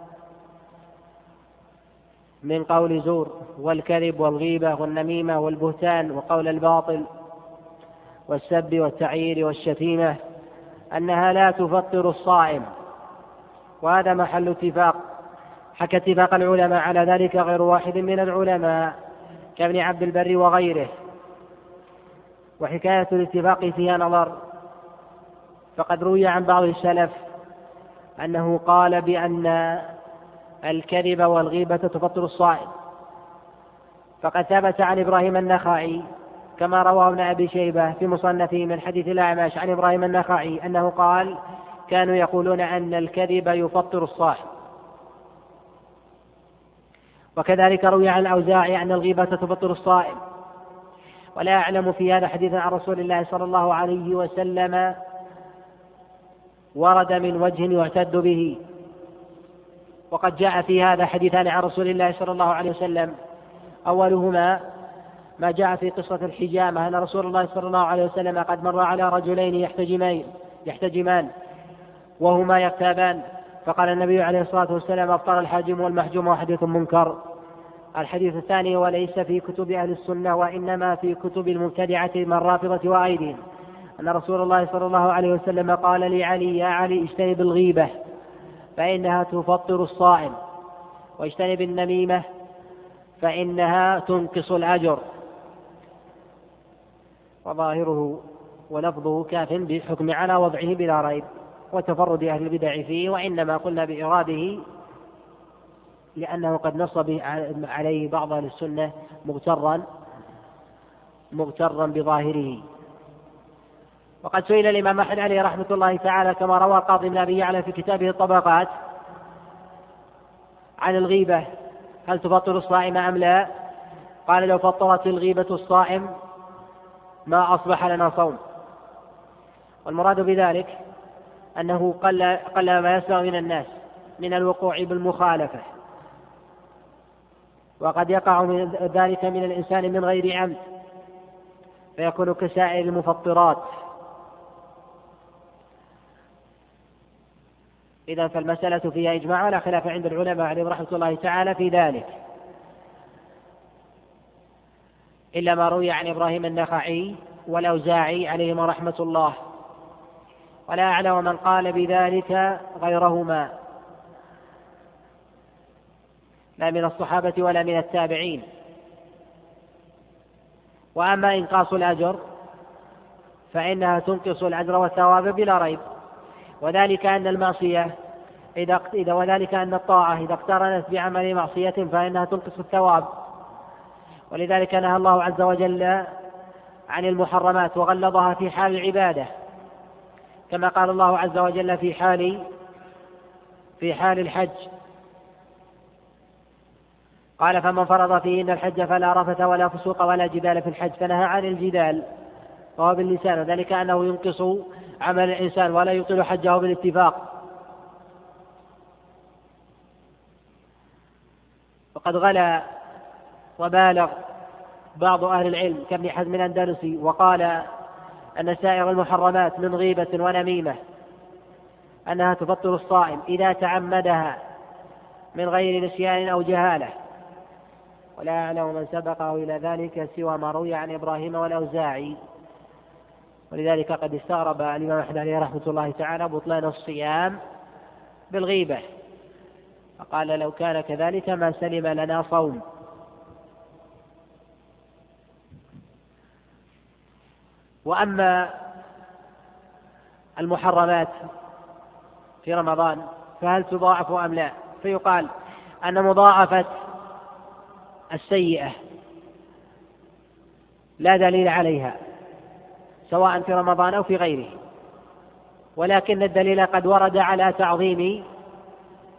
من قول زور والكذب والغيبة والنميمة والبهتان وقول الباطل والسب والتعيير والشتيمة أنها لا تفطر الصائم، وهذا محل اتفاق. حكى اتفاق العلماء على ذلك غير واحد من العلماء كابن عبد البر وغيره، وحكاية الاتفاق فيها نظر، فقد روي عن بعض السلف أنه قال بأن الكذب والغيبة تفطر الصائم، فقد ثبت عن إبراهيم النخعي كما رواه ابن أبي شيبة في مصنفه من حديث الأعمش عن إبراهيم النخعي أنه قال: كانوا يقولون أن الكذب يفطر الصائم. وكذلك روي عن الأوزاعي أن الغيبة تفطر الصائم، ولا أعلم في هذا حديثا عن رسول الله صلى الله عليه وسلم ورد من وجه يعتد به. وقد جاء في هذا حديثان عن رسول الله صلى الله عليه وسلم، أولهما ما جاء في قصة الحجامة أن رسول الله صلى الله عليه وسلم قد مر على رجلين يحتجمان وهما يغتابان، فقال النبي عليه الصلاة والسلام: أفطر الحاجم والمحجوم وحديث منكر. الحديث الثاني: وليس في كتب أهل السنة وإنما في كتب المبتدعة من الرافضة وأيديهم، أن رسول الله صلى الله عليه وسلم قال لعلي: يا علي اجتنب الغيبة فإنها تفطر الصائم، واجتنب النميمة فإنها تنقص الأجر. وظاهره ولفظه كاف بالحكم على وضعه بلا ريب وتفرد أهل البدع فيه، وإنما قلنا بإراده لأنه قد نص عليه بعض أهل السنة مغترا بظاهره. وقد سئل الإمام أحمد عليه رحمة الله تعالى كما روى القاضي بن أبي يعلى في كتابه الطبقات عن الغيبة: هل تفطر الصائم أم لا؟ قال: لو فطرت الغيبة الصائم ما أصبح لنا صوم. والمراد بذلك أنه قل ما يسمع من الناس من الوقوع بالمخالفة، وقد يقع من ذلك من الإنسان من غير عمد فيكون كسائر المفطرات. إذن فالمسألة فيها إجماع ولا خلاف عند العلماء عليهم رحمة الله تعالى في ذلك، إلا ما روي عن إبراهيم النخعي والأوزاعي عليهم رحمة الله، ولا أعلم من قال بذلك غيرهما لا من الصحابة ولا من التابعين. وأما إنقاص الأجر فإنها تنقص الأجر والثواب بلا ريب، وذلك أن المعصية وذلك أن الطاعة إذا اقترنت بعمل معصية فإنها تنقص الثواب. ولذلك نهى الله عز وجل عن المحرمات وغلظها في حال العبادة، كما قال الله عز وجل في حال الحج قال: فمن فرض فيهن الحج فلا رفث ولا فسوق ولا جدال في الحج، فنهى عن الجدال وهو باللسان، وذلك أنه ينقص عمل الإنسان ولا يبطل حجه بالاتفاق. وقد غلا وبالغ بعض أهل العلم كابن حزم الأندلسي وقال أن سائر المحرمات من غيبة ونميمة أنها تفطر الصائم إذا تعمدها من غير نسيان أو جهالة، ولا أعلم من سبقه إلى ذلك سوى ما روي عن إبراهيم والأوزاعي. ولذلك قد استغرب الإمام أحمد عليه رحمة الله تعالى بطلان الصيام بالغيبة، فقال: لو كان كذلك ما سلم لنا صوم. وأما المحرمات في رمضان فهل تضاعف أم لا؟ فيقال أن مضاعفة السيئة لا دليل عليها سواء في رمضان أو في غيره، ولكن الدليل قد ورد على تعظيم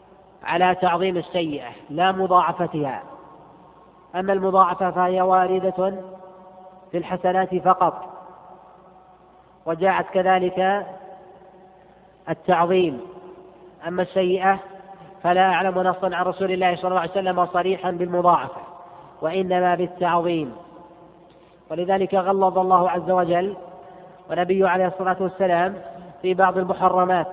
على تعظيم السيئة لا مضاعفتها. أما المضاعفة فهي واردة في الحسنات فقط، وجاءت كذلك التعظيم. أما السيئة فلا أعلم نصا عن رسول الله صلى الله عليه وسلم صريحا بالمضاعفة، وإنما بالتعظيم. ولذلك غلظ الله عز وجل ونبيه عليه الصلاة والسلام في بعض المحرمات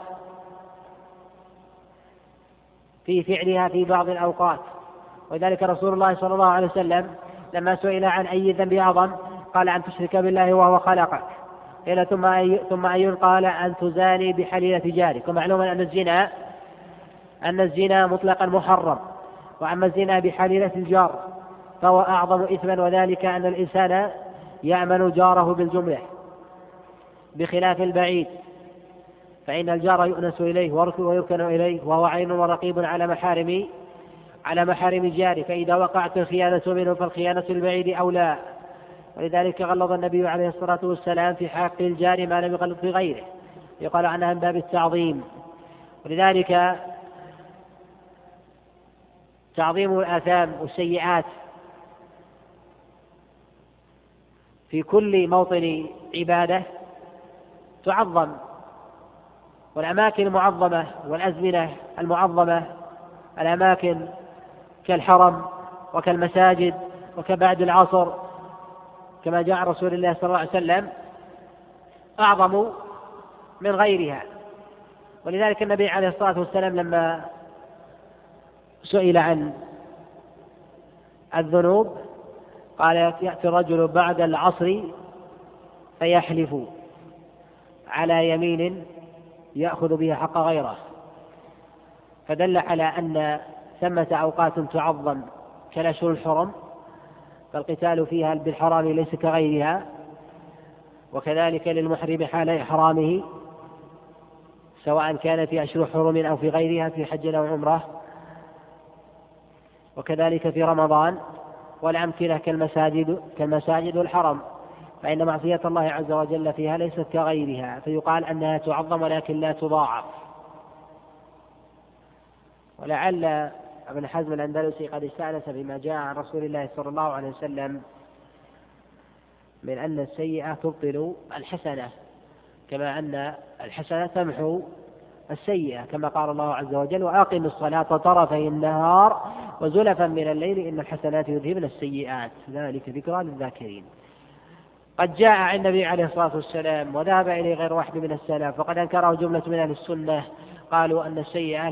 في فعلها في بعض الأوقات. ولذلك رسول الله صلى الله عليه وسلم لما سئل عن أي ذنب أعظم قال أن تشرك بالله وهو خلقك، قيل ثم أي قال أن تزاني بحليلة جارك. ومعلوم أن الزنا مطلقا محرم، وأما الزنا بحليلة الجار فهو أعظم إثما، وذلك أن الإنسان يأمن جاره بالجملة بخلاف البعيد، فإن الجار يؤنس إليه ويركن إليه وهو عين ورقيب على محارم جاره، فإذا وقعت الخيانة منه فالخيانة البعيد أولى. ولذلك غلظ النبي عليه الصلاة والسلام في حق الجار ما لم يغلظ في غيره، يقال عنها من باب التعظيم. ولذلك تعظيم الآثام والسيئات في كل موطن عبادة تعظم، والأماكن المعظمة والأزمنة المعظمة الأماكن كالحرم وكالمساجد وكبعد العصر كما جاء رسول الله صلى الله عليه وسلم أعظم من غيرها. ولذلك النبي عليه الصلاة والسلام لما سئل عن الذنوب قال يأتي الرجل بعد العصر فيحلف على يمين يأخذ بها حق غيره، فدل على أن ثمة أوقات تعظم كالأشهر الحرم، فالقتال فيها بالحرام ليس كغيرها، وكذلك للمحرم حال إحرامه سواء كان في أشهر حرم أو في غيرها في حج أو عمرة، وكذلك في رمضان. والأمثلة كالمساجد والحرم، فإن معصية الله عز وجل فيها ليست كغيرها، فيقال أنها تعظم ولكن لا تضاعف. ولعل ابن حزم الأندلسي قد استأنس بما جاء عن رسول الله صلى الله عليه وسلم من أن السيئة تبطل الحسنة، كما أن الحسنة تمحو السيئة، كما قال الله عز وجل وأقم الصلاة طرفي النهار وزلفا من الليل إن الحسنات يذهبن السيئات ذلك ذكرى للذاكرين. قد جاء عن النبي عليه الصلاة والسلام وذهب إليه غير واحد من السلف، وقد أنكره جملة من أهل السنة قالوا أن السيئة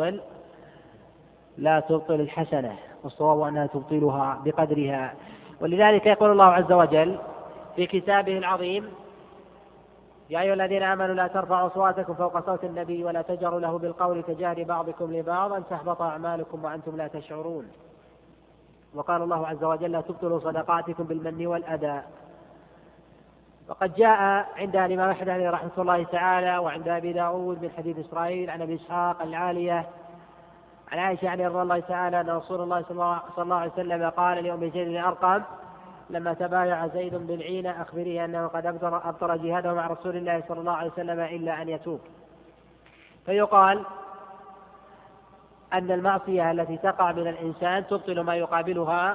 لا تبطل الحسنة، والصواب أنها تبطلها بقدرها. ولذلك يقول الله عز وجل في كتابه العظيم يا أيها الذين آمنوا لا ترفعوا أصواتكم فوق صوت النبي ولا تجهروا له بالقول كجهر بعضكم لبعض أن تحبط أعمالكم وأنتم لا تشعرون. وقال الله عز وجل لا تبطلوا صدقاتكم بالمن والأذى. وقد جاء عند الإمام أحمد عليه رحمة الله تعالى وعند أبي داود من حديث إسرائيل عن أبي إسحاق العالية عن عائشة عليه رضي الله تعالى أن رسول الله صلى الله عليه وسلم قال لأم زيد بن أرقم لما تبايع زيد بالعينة أخبريه أنه قد أبطل جهاده مع رسول الله صلى الله عليه وسلم إلا أن يتوب. فيقال أن المعصية التي تقع من الإنسان تبطل ما يقابلها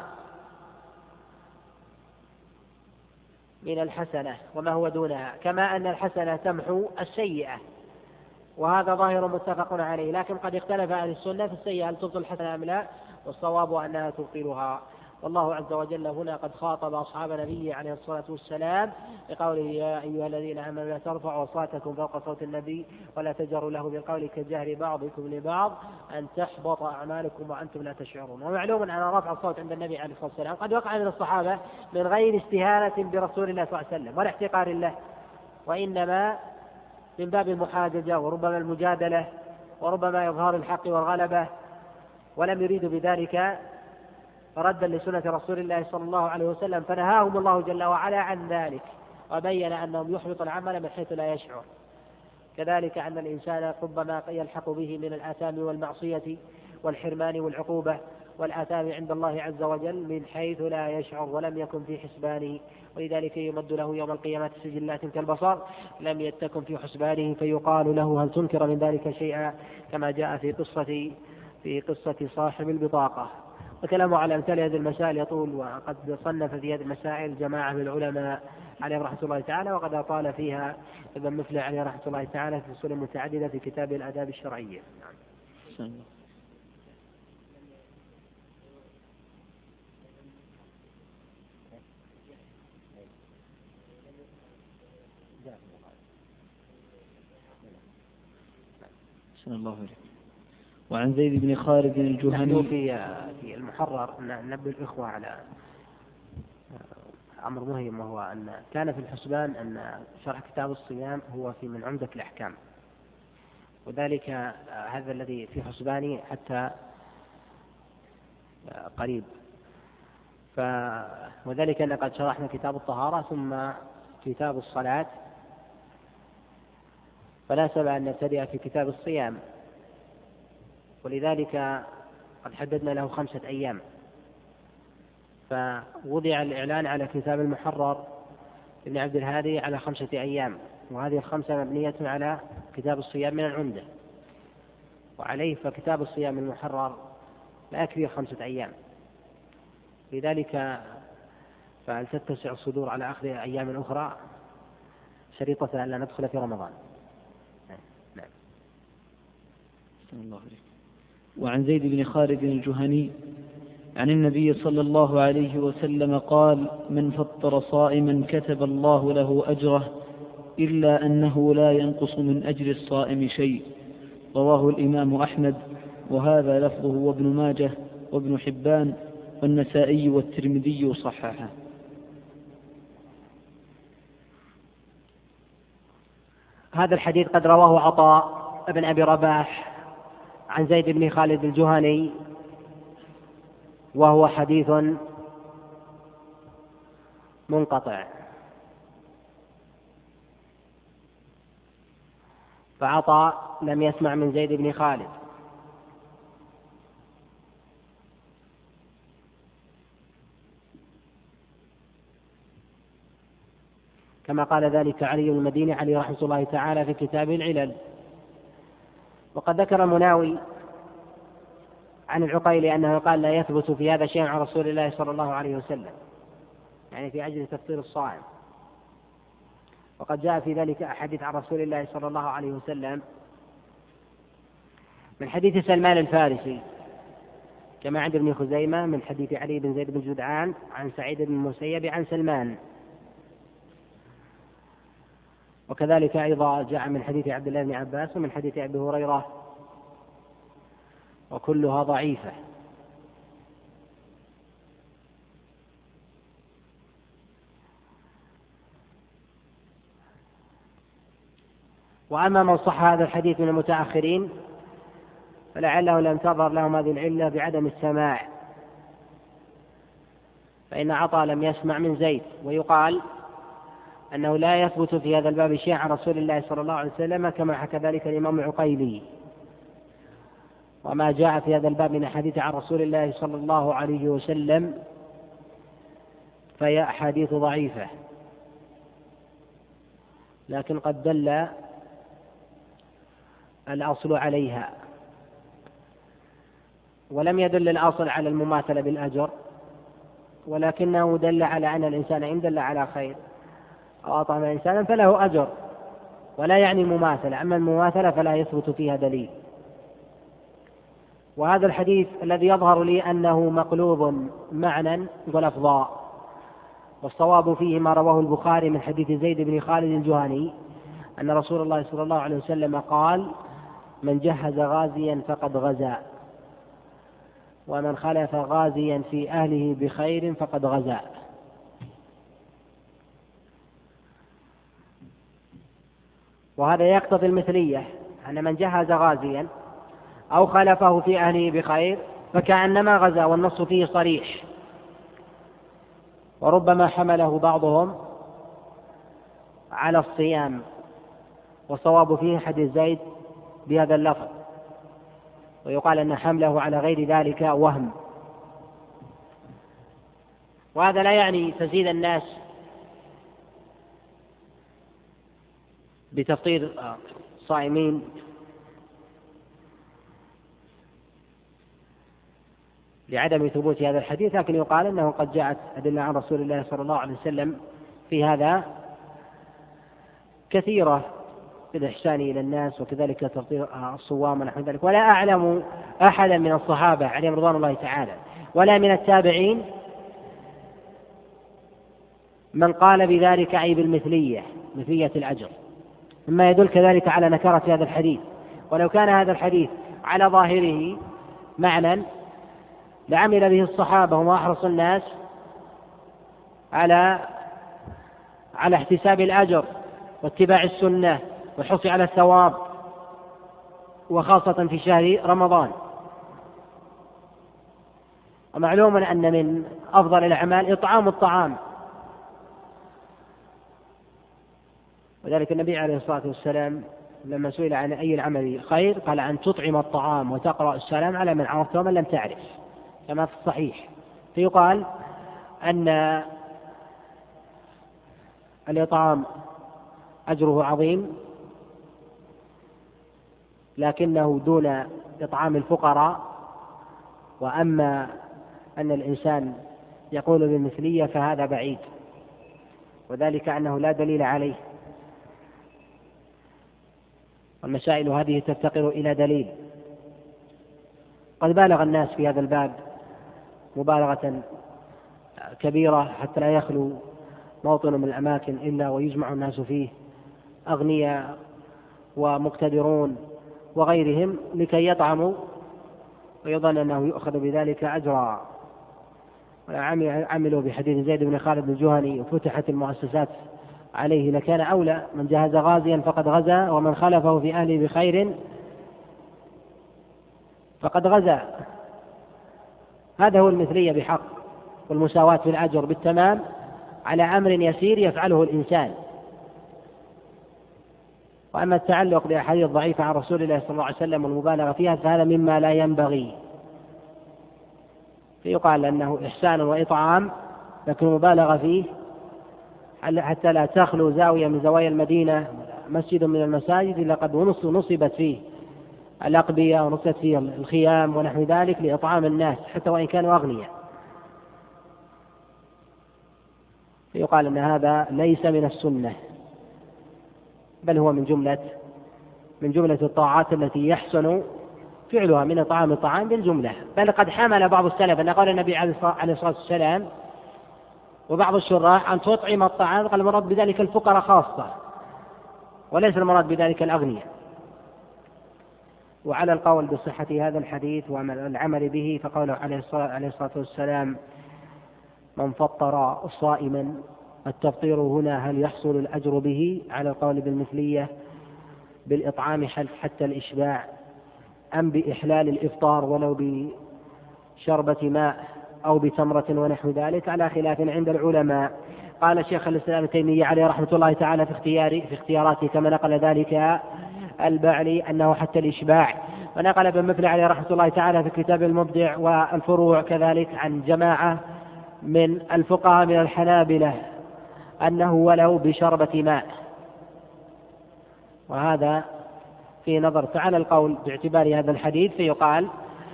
من الحسنة وما هو دونها، كما أن الحسنة تمحو السيئة، وهذا ظاهر متفق عليه. لكن قد اختلف أهل السنة في السيئة هل تبطل الحسنة أم لا، والصواب أنها تبطلها. والله عز وجل هنا قد خاطب أصحاب نبيه عليه الصلاة والسلام بقوله يا أيها الذين آمنوا لا ترفعوا أصواتكم فوق صوت النبي ولا تجهروا له بالقول كجهر بعضكم لبعض أن تحبط أعمالكم وأنتم لا تشعرون. ومعلوم أن رفع الصوت عند النبي عليه الصلاة والسلام قد وقع من الصحابة من غير استهانة برسول الله صلى الله عليه وسلم ولا احتقار له، وإنما من باب المحاججة وربما المجادلة وربما إظهار الحق والغلبة، ولم يريدوا بذلك ردا لسنة رسول الله صلى الله عليه وسلم، فنهاهم الله جل وعلا عن ذلك وبين أنهم يحبط العمل من حيث لا يشعر. كذلك أن الإنسان ربما يلحق به من الآثام والمعصية والحرمان والعقوبة والآثام عند الله عز وجل من حيث لا يشعر ولم يكن في حسبانه، ولذلك يمد له يوم القيامة سجلات كالبصر لم يتكن في حسبانه فيقال له هل تنكر من ذلك شيئا، كما جاء في قصة في قصة صاحب البطاقة. وكلامه على أمثال هذه المسائل يطول، وقد صنف في هذه المسائل جماعة من العلماء عليهم رحمة الله تعالى، وقد أطال فيها ابن مفلح عليه رحمة الله تعالى في فصول متعددة في كتاب الآداب الشرعية. الله عليك. وعن زيد بن خالد الجهني في المحرر نبه الإخوة على أمر مهم، وهو أن كان في الحسبان أن شرح كتاب الصيام هو في من عمدة الأحكام، وذلك هذا الذي في حسباني حتى قريب، وذلك أن قد شرحنا كتاب الطهارة ثم كتاب الصلاة، فلا سبب أن نبتدئ في كتاب الصيام، ولذلك قد حددنا له 5 أيام. فوضع الإعلان على كتاب المحرر ابن عبد الهادي على 5 أيام، وهذه ال5 مبنية على كتاب الصيام من العمدة، وعليه فكتاب الصيام المحرر لا يكفي 5 أيام، لذلك فهل تتسع الصدور على أخذ أيام أخرى شريطة أن لا ندخل في رمضان. نعم. الله عليك. وعن زيد بن خالد الجهني عن النبي صلى الله عليه وسلم قال: من فطر صائما كتب الله له أجره إلا أنه لا ينقص من أجر الصائم شيء. رواه الإمام أحمد، وهذا لفظه وابن ماجه وابن حبان والنسائي والترمذي صححه. هذا الحديث قد رواه عطاء بن أبي رباح عن زيد بن خالد الجهني، وهو حديث منقطع، فعطاء لم يسمع من زيد بن خالد، كما قال ذلك علي المديني عليه رحمة الله تعالى في كتابه العلل. وقد ذكر المناوي عن العقيلي أنه قال: لا يثبت في هذا شيء عن رسول الله صلى الله عليه وسلم، يعني في أجل تفطير الصائم. وقد جاء في ذلك أحاديث عن رسول الله صلى الله عليه وسلم من حديث سلمان الفارسي، كما عند ابن خزيمة من حديث علي بن زيد بن جدعان عن سعيد بن المسيب عن سلمان، وكذلك أيضا جاء من حديث عبد الله بن عباس ومن حديث أبي هريرة، وكلها ضعيفة. وأما من صح هذا الحديث من المتأخرين فلعله لم تظهر لهم هذه العلة بعدم السماع، فإن عطاء لم يسمع من زيد. ويقال أنه لا يثبت في هذا الباب شيء عن رسول الله صلى الله عليه وسلم، كما حكى ذلك الإمام العقيلي. وما جاء في هذا الباب من أحاديث عن رسول الله صلى الله عليه وسلم فهي أحاديث ضعيفة، لكن قد دل الأصل عليها، ولم يدل الأصل على المماثلة بالأجر، ولكنه دل على أن الإنسان إن دل على خير أو أطعم إنسانا فله أجر، ولا يعني المماثلة. أما المماثلة فلا يثبت فيها دليل. وهذا الحديث الذي يظهر لي أنه مقلوب معنى ولفظا، والصواب فيه ما رواه البخاري من حديث زيد بن خالد الجهني أن رسول الله صلى الله عليه وسلم قال: من جهز غازيا فقد غزا، ومن خلف غازيا في أهله بخير فقد غزا. وهذا يقتضي المثلية، أن من جهز غازيا أو خلفه في أهله بخير فكأنما غزا، والنص فيه صريح. وربما حمله بعضهم على الصيام، والصواب فيه حديث زيد بهذا اللفظ، ويقال أن حمله على غير ذلك وهم. وهذا لا يعني تزيد الناس بتفطير الصائمين لعدم ثبوت هذا الحديث، لكن يقال أنه قد جاءت أدلة عن رسول الله صلى الله عليه وسلم في هذا كثيرة في الإحسان إلى الناس، وكذلك تفطير الصوام ونحو ذلك. ولا أعلم أحدا من الصحابة عليهم رضوان الله تعالى ولا من التابعين من قال بذلك أي بالمثلية، مثلية الأجر، مما يدل كذلك على نكرة هذا الحديث. ولو كان هذا الحديث على ظاهره معنى لعمل به الصحابة وما أحرص الناس على احتساب الأجر واتباع السنة والحرص على الثواب، وخاصة في شهر رمضان. ومعلوم أن من أفضل الأعمال إطعام الطعام، وذلك النبي عليه الصلاة والسلام لما سئل عن أي العمل خير قال أن تطعم الطعام وتقرأ السلام على من عرفت ومن لم تعرف، كما في الصحيح. فيقال أن الإطعام أجره عظيم، لكنه دون إطعام الفقراء. وأما أن الإنسان يقول بالمثلية فهذا بعيد، وذلك أنه لا دليل عليه، والمسائل هذه تفتقر إلى دليل. قد بالغ الناس في هذا الباب مبالغة كبيرة حتى لا يخلو موطن من الأماكن إلا ويجمع الناس فيه، أغنياء ومقتدرون وغيرهم، لكي يطعموا ويظن أنه يؤخذ بذلك أجرا. عملوا بحديث زيد بن خالد الجهني وفتحت المؤسسات عليه لكان أولى، من جهز غازيا فقد غزا ومن خلفه في أهله بخير فقد غزا. هذا هو المثلية بحق، والمساواة في الأجر بالتمام على أمر يسير يفعله الإنسان. وأما التعلق بأحاديث ضعيفة عن رسول الله صلى الله عليه وسلم والمبالغة فيها فهذا مما لا ينبغي. فيقال أنه إحسان وإطعام لكن مبالغة فيه، حتى لا تخلو زاوية من زوايا المدينة مسجد من المساجد إلا قد نصبت فيه الأقبية ونصبت فيه الخيام ونحو ذلك لإطعام الناس حتى وإن كانوا أغنياء. فيقال أن هذا ليس من السنة، بل هو من جملة الطاعات التي يحسن فعلها من إطعام الطعام بالجملة. بل قد حمل بعض السلف أن قال النبي عليه الصلاة والسلام وبعض الشراح أن تطعم الطعام، قال المراد بذلك الفقراء خاصة وليس المراد بذلك الأغنياء. وعلى القول بصحة هذا الحديث والعمل به فقال عليه الصلاة والسلام من فطر صائما، التفطير هنا هل يحصل الأجر به على القول بالمثلية بالإطعام حتى الإشباع، أم بإحلال الإفطار ولو بشربة ماء أو بتمرة ونحو ذلك، على خلاف عند العلماء. قال الشيخ الإسلام ابن تيمية عليه رحمة الله تعالى في اختياراته كما نقل ذلك البعلي أنه حتى الإشباع، ونقل ابن مفلح عليه رحمة الله تعالى في كتاب المبدع والفروع كذلك عن جماعة من الفقهاء من الحنابلة أنه ولو بشربة ماء. وهذا في نظر تعالى القول باعتبار هذا الحديث، فيقال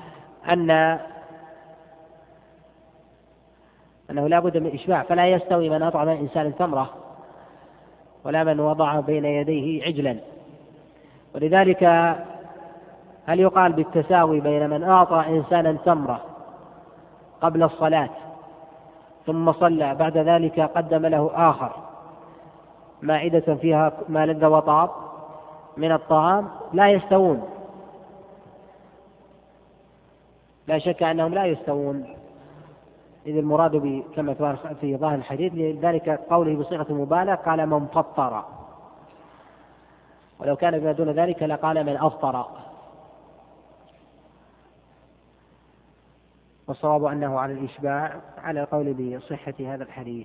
أنه لا بد من إشباع، فلا يستوي من أطعم إنسان تمرة ولا من وضع بين يديه عجلا. ولذلك هل يقال بالتساوي بين من أعطى إنسانا تمرة قبل الصلاة ثم صلى بعد ذلك قدم له آخر مائدة فيها ما لذ وطاب من الطعام؟ لا يستوون، لا شك أنهم لا يستوون، إذ المراد كما في ظاهر الحديث، لذلك قوله بصيغة المبالغة قال من فطر، ولو كان بما دون ذلك لقال من أفطر. والصواب أنه على الإشباع على القول بصحة هذا الحديث.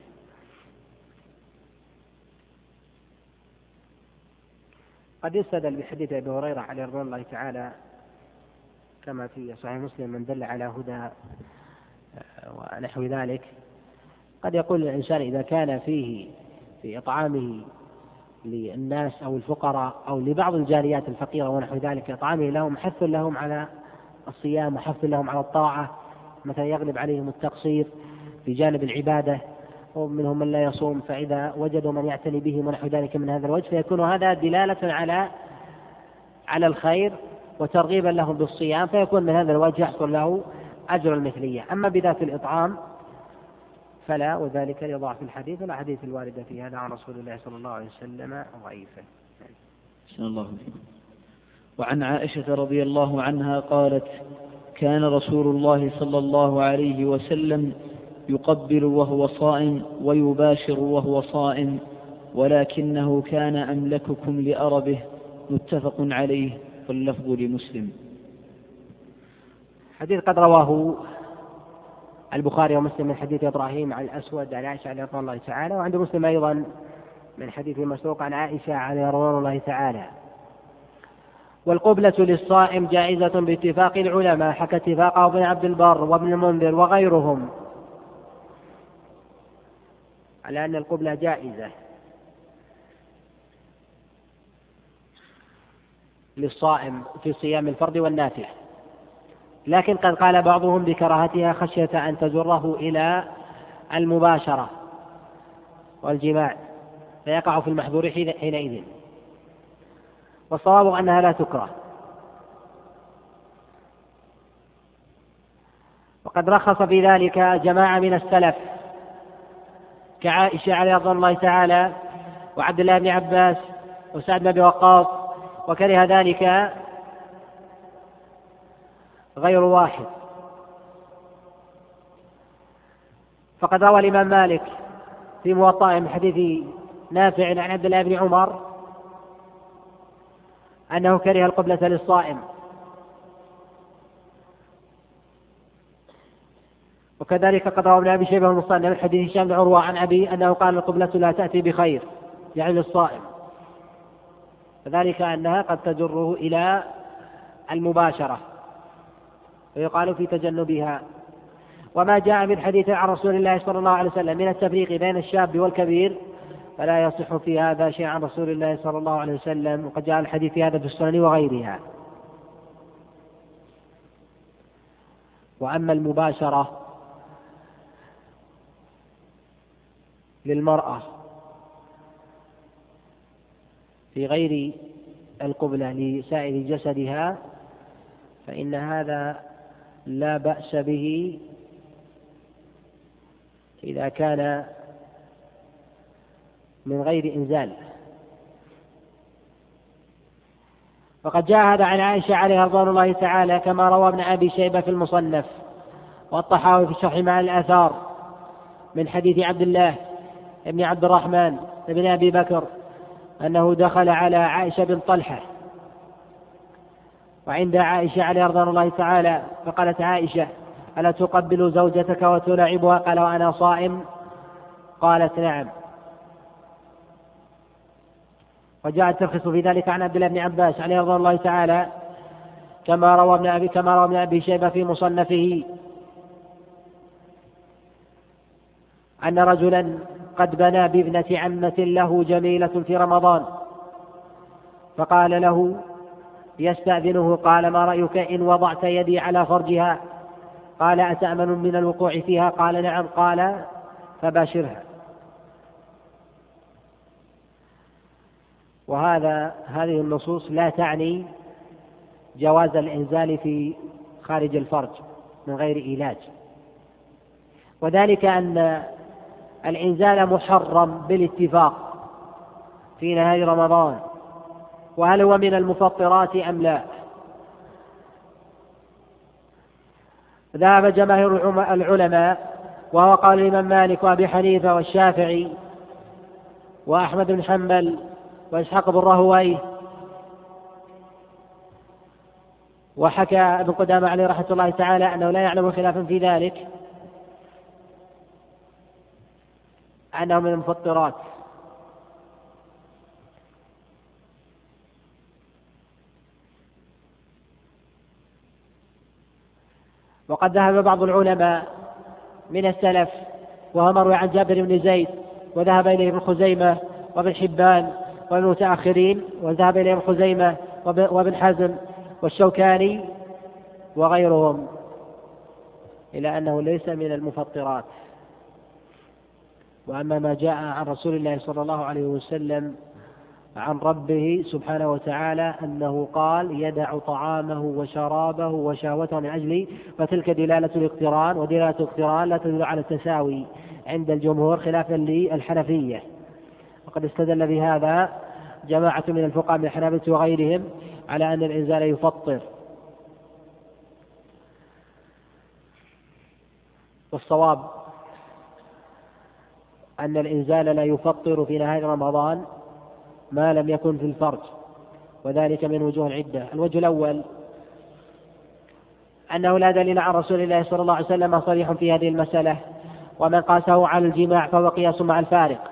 قد يستدل بحديث أبي هريرة عليه رضوان الله تعالى كما في صحيح مسلم من دل على هدى ونحو ذلك. قد يقول الإنسان إذا كان فيه في إطعامه للناس أو الفقراء أو لبعض الجاليات الفقيرة ونحو ذلك إطعامه لهم حث لهم على الصيام وحث لهم على الطاعة، مثلا يغلب عليهم التقصير في جانب العبادة، ومنهم من لا يصوم، فإذا وجدوا من يعتني بهم ونحو ذلك من هذا الوجه فيكون هذا دلالة على الخير وترغيبا لهم بالصيام، فيكون من هذا الوجه يحصل له أجر المثلية. أما بذات الإطعام فلا، وذلك لضعف الحديث والأحاديث الواردة في هذا عن رسول الله صلى الله عليه وسلم ضعيفة. الله فيكم. وعن عائشة رضي الله عنها قالت: كان رسول الله صلى الله عليه وسلم يقبل وهو صائم ويباشر وهو صائم، ولكنه كان أملككم لأربه. متفق عليه، واللفظ لمسلم. حديث قد رواه البخاري ومسلم من حديث إبراهيم عن الأسود عن عائشة عليه رضوان الله تعالى، وعند مسلم أيضا من حديث مسروق عن عائشة عليه رضوان الله تعالى. والقبلة للصائم جائزة باتفاق العلماء، حكى اتفاقه ابن عبد البر وابن المنذر وغيرهم على أن القبلة جائزة للصائم في صيام الفرض والنافلة، لكن قد قال بعضهم بكراهتها خشية أن تجره إلى المباشرة والجماع فيقع في المحظور حينئذ، والصواب أنها لا تكره. وقد رخص في ذلك جماعة من السلف كعائشة عليه رضي الله تعالى وعبد الله بن عباس وسعد بن أبي وقاص، وكره ذلك غير واحد. فقد روى الإمام مالك في موطئه من حديث نافع عن عبد الله بن عمر أنه كره القبلة للصائم، وكذلك قد روى ابن أبي شيبة المصنف من حديث هشام بن عروة عن أبي أنه قال: القبلة لا تأتي بخير، يعني للصائم، فذلك أنها قد تجره إلى المباشرة ويقال في تجنبها. وما جاء من حديث عن رسول الله صلى الله عليه وسلم من التفريق بين الشاب والكبير فلا يصح في هذا شيء عن رسول الله صلى الله عليه وسلم، وقد جاء الحديث في هذا في السنن وغيرها. وأما المباشرة للمرأة في غير القبلة لسائر جسدها فإن هذا لا بأس به إذا كان من غير إنزال. وقد جاء هذا عن عائشة عليها رضوان الله تعالى كما روى ابن أبي شيبة في المصنف والطحاوي في شرح معاني الآثار من حديث عبد الله بن عبد الرحمن بن أبي بكر أنه دخل على عائشة بن طلحة وعند عائشة عليها رضوان الله تعالى، فقالت عائشة: ألا تقبل زوجتك وتلاعبها؟ قال: وأنا صائم. قالت: نعم. وجاء الترخيص في ذلك عن عبد الله بن عباس عليه رضوان الله تعالى كما روى ابن أبي شيبة في مصنفه أن رجلا قد بنى بابنة عمة له جميلة في رمضان، فقال له يستأذنه: قال: ما رأيك إن وضعت يدي على فرجها؟ قال: أتأمن من الوقوع فيها؟ قال: نعم. قال: فباشرها. هذه النصوص لا تعني جواز الإنزال في خارج الفرج من غير إيلاج، وذلك أن الإنزال محرم بالاتفاق في نهاية رمضان، وهل هو من المفطرات أم لا؟ ذهب جماهير العلماء وهو قال الإمام مالك وأبي حنيفة والشافعي وأحمد بن حنبل وإسحاق بن راهويه، وحكى ابن قدامة عليه رحمة الله تعالى أنه لا يعلم خلافا في ذلك، أنه من المفطرات. وقد ذهب بعض العلماء من السلف وهو مروي عن جابر بن زيد وذهب إليه ابن خزيمة وابن حبان والمتأخرين، وذهب إليه ابن خزيمة وابن حزم والشوكاني وغيرهم إلى أنه ليس من المفطرات. وأما ما جاء عن رسول الله صلى الله عليه وسلم عن ربه سبحانه وتعالى أنه قال يدع طعامه وشرابه وشهوته من أجلي، فتلك دلالة الاقتران، ودلالة الاقتران لا تدل على التساوي عند الجمهور خلافا للحنفية. وقد استدل بهذا جماعة من الفقهاء من الحنابلة وغيرهم على أن الإنزال يفطر، والصواب أن الإنزال لا يفطر في نهاية رمضان ما لم يكن في الفرج، وذلك من وجوه عدة. الوجه الأول أنه لا دليل عن رسول الله صلى الله عليه وسلم صريح في هذه المسألة، ومن قاسه على الجماع فهو قياس مع الفارق،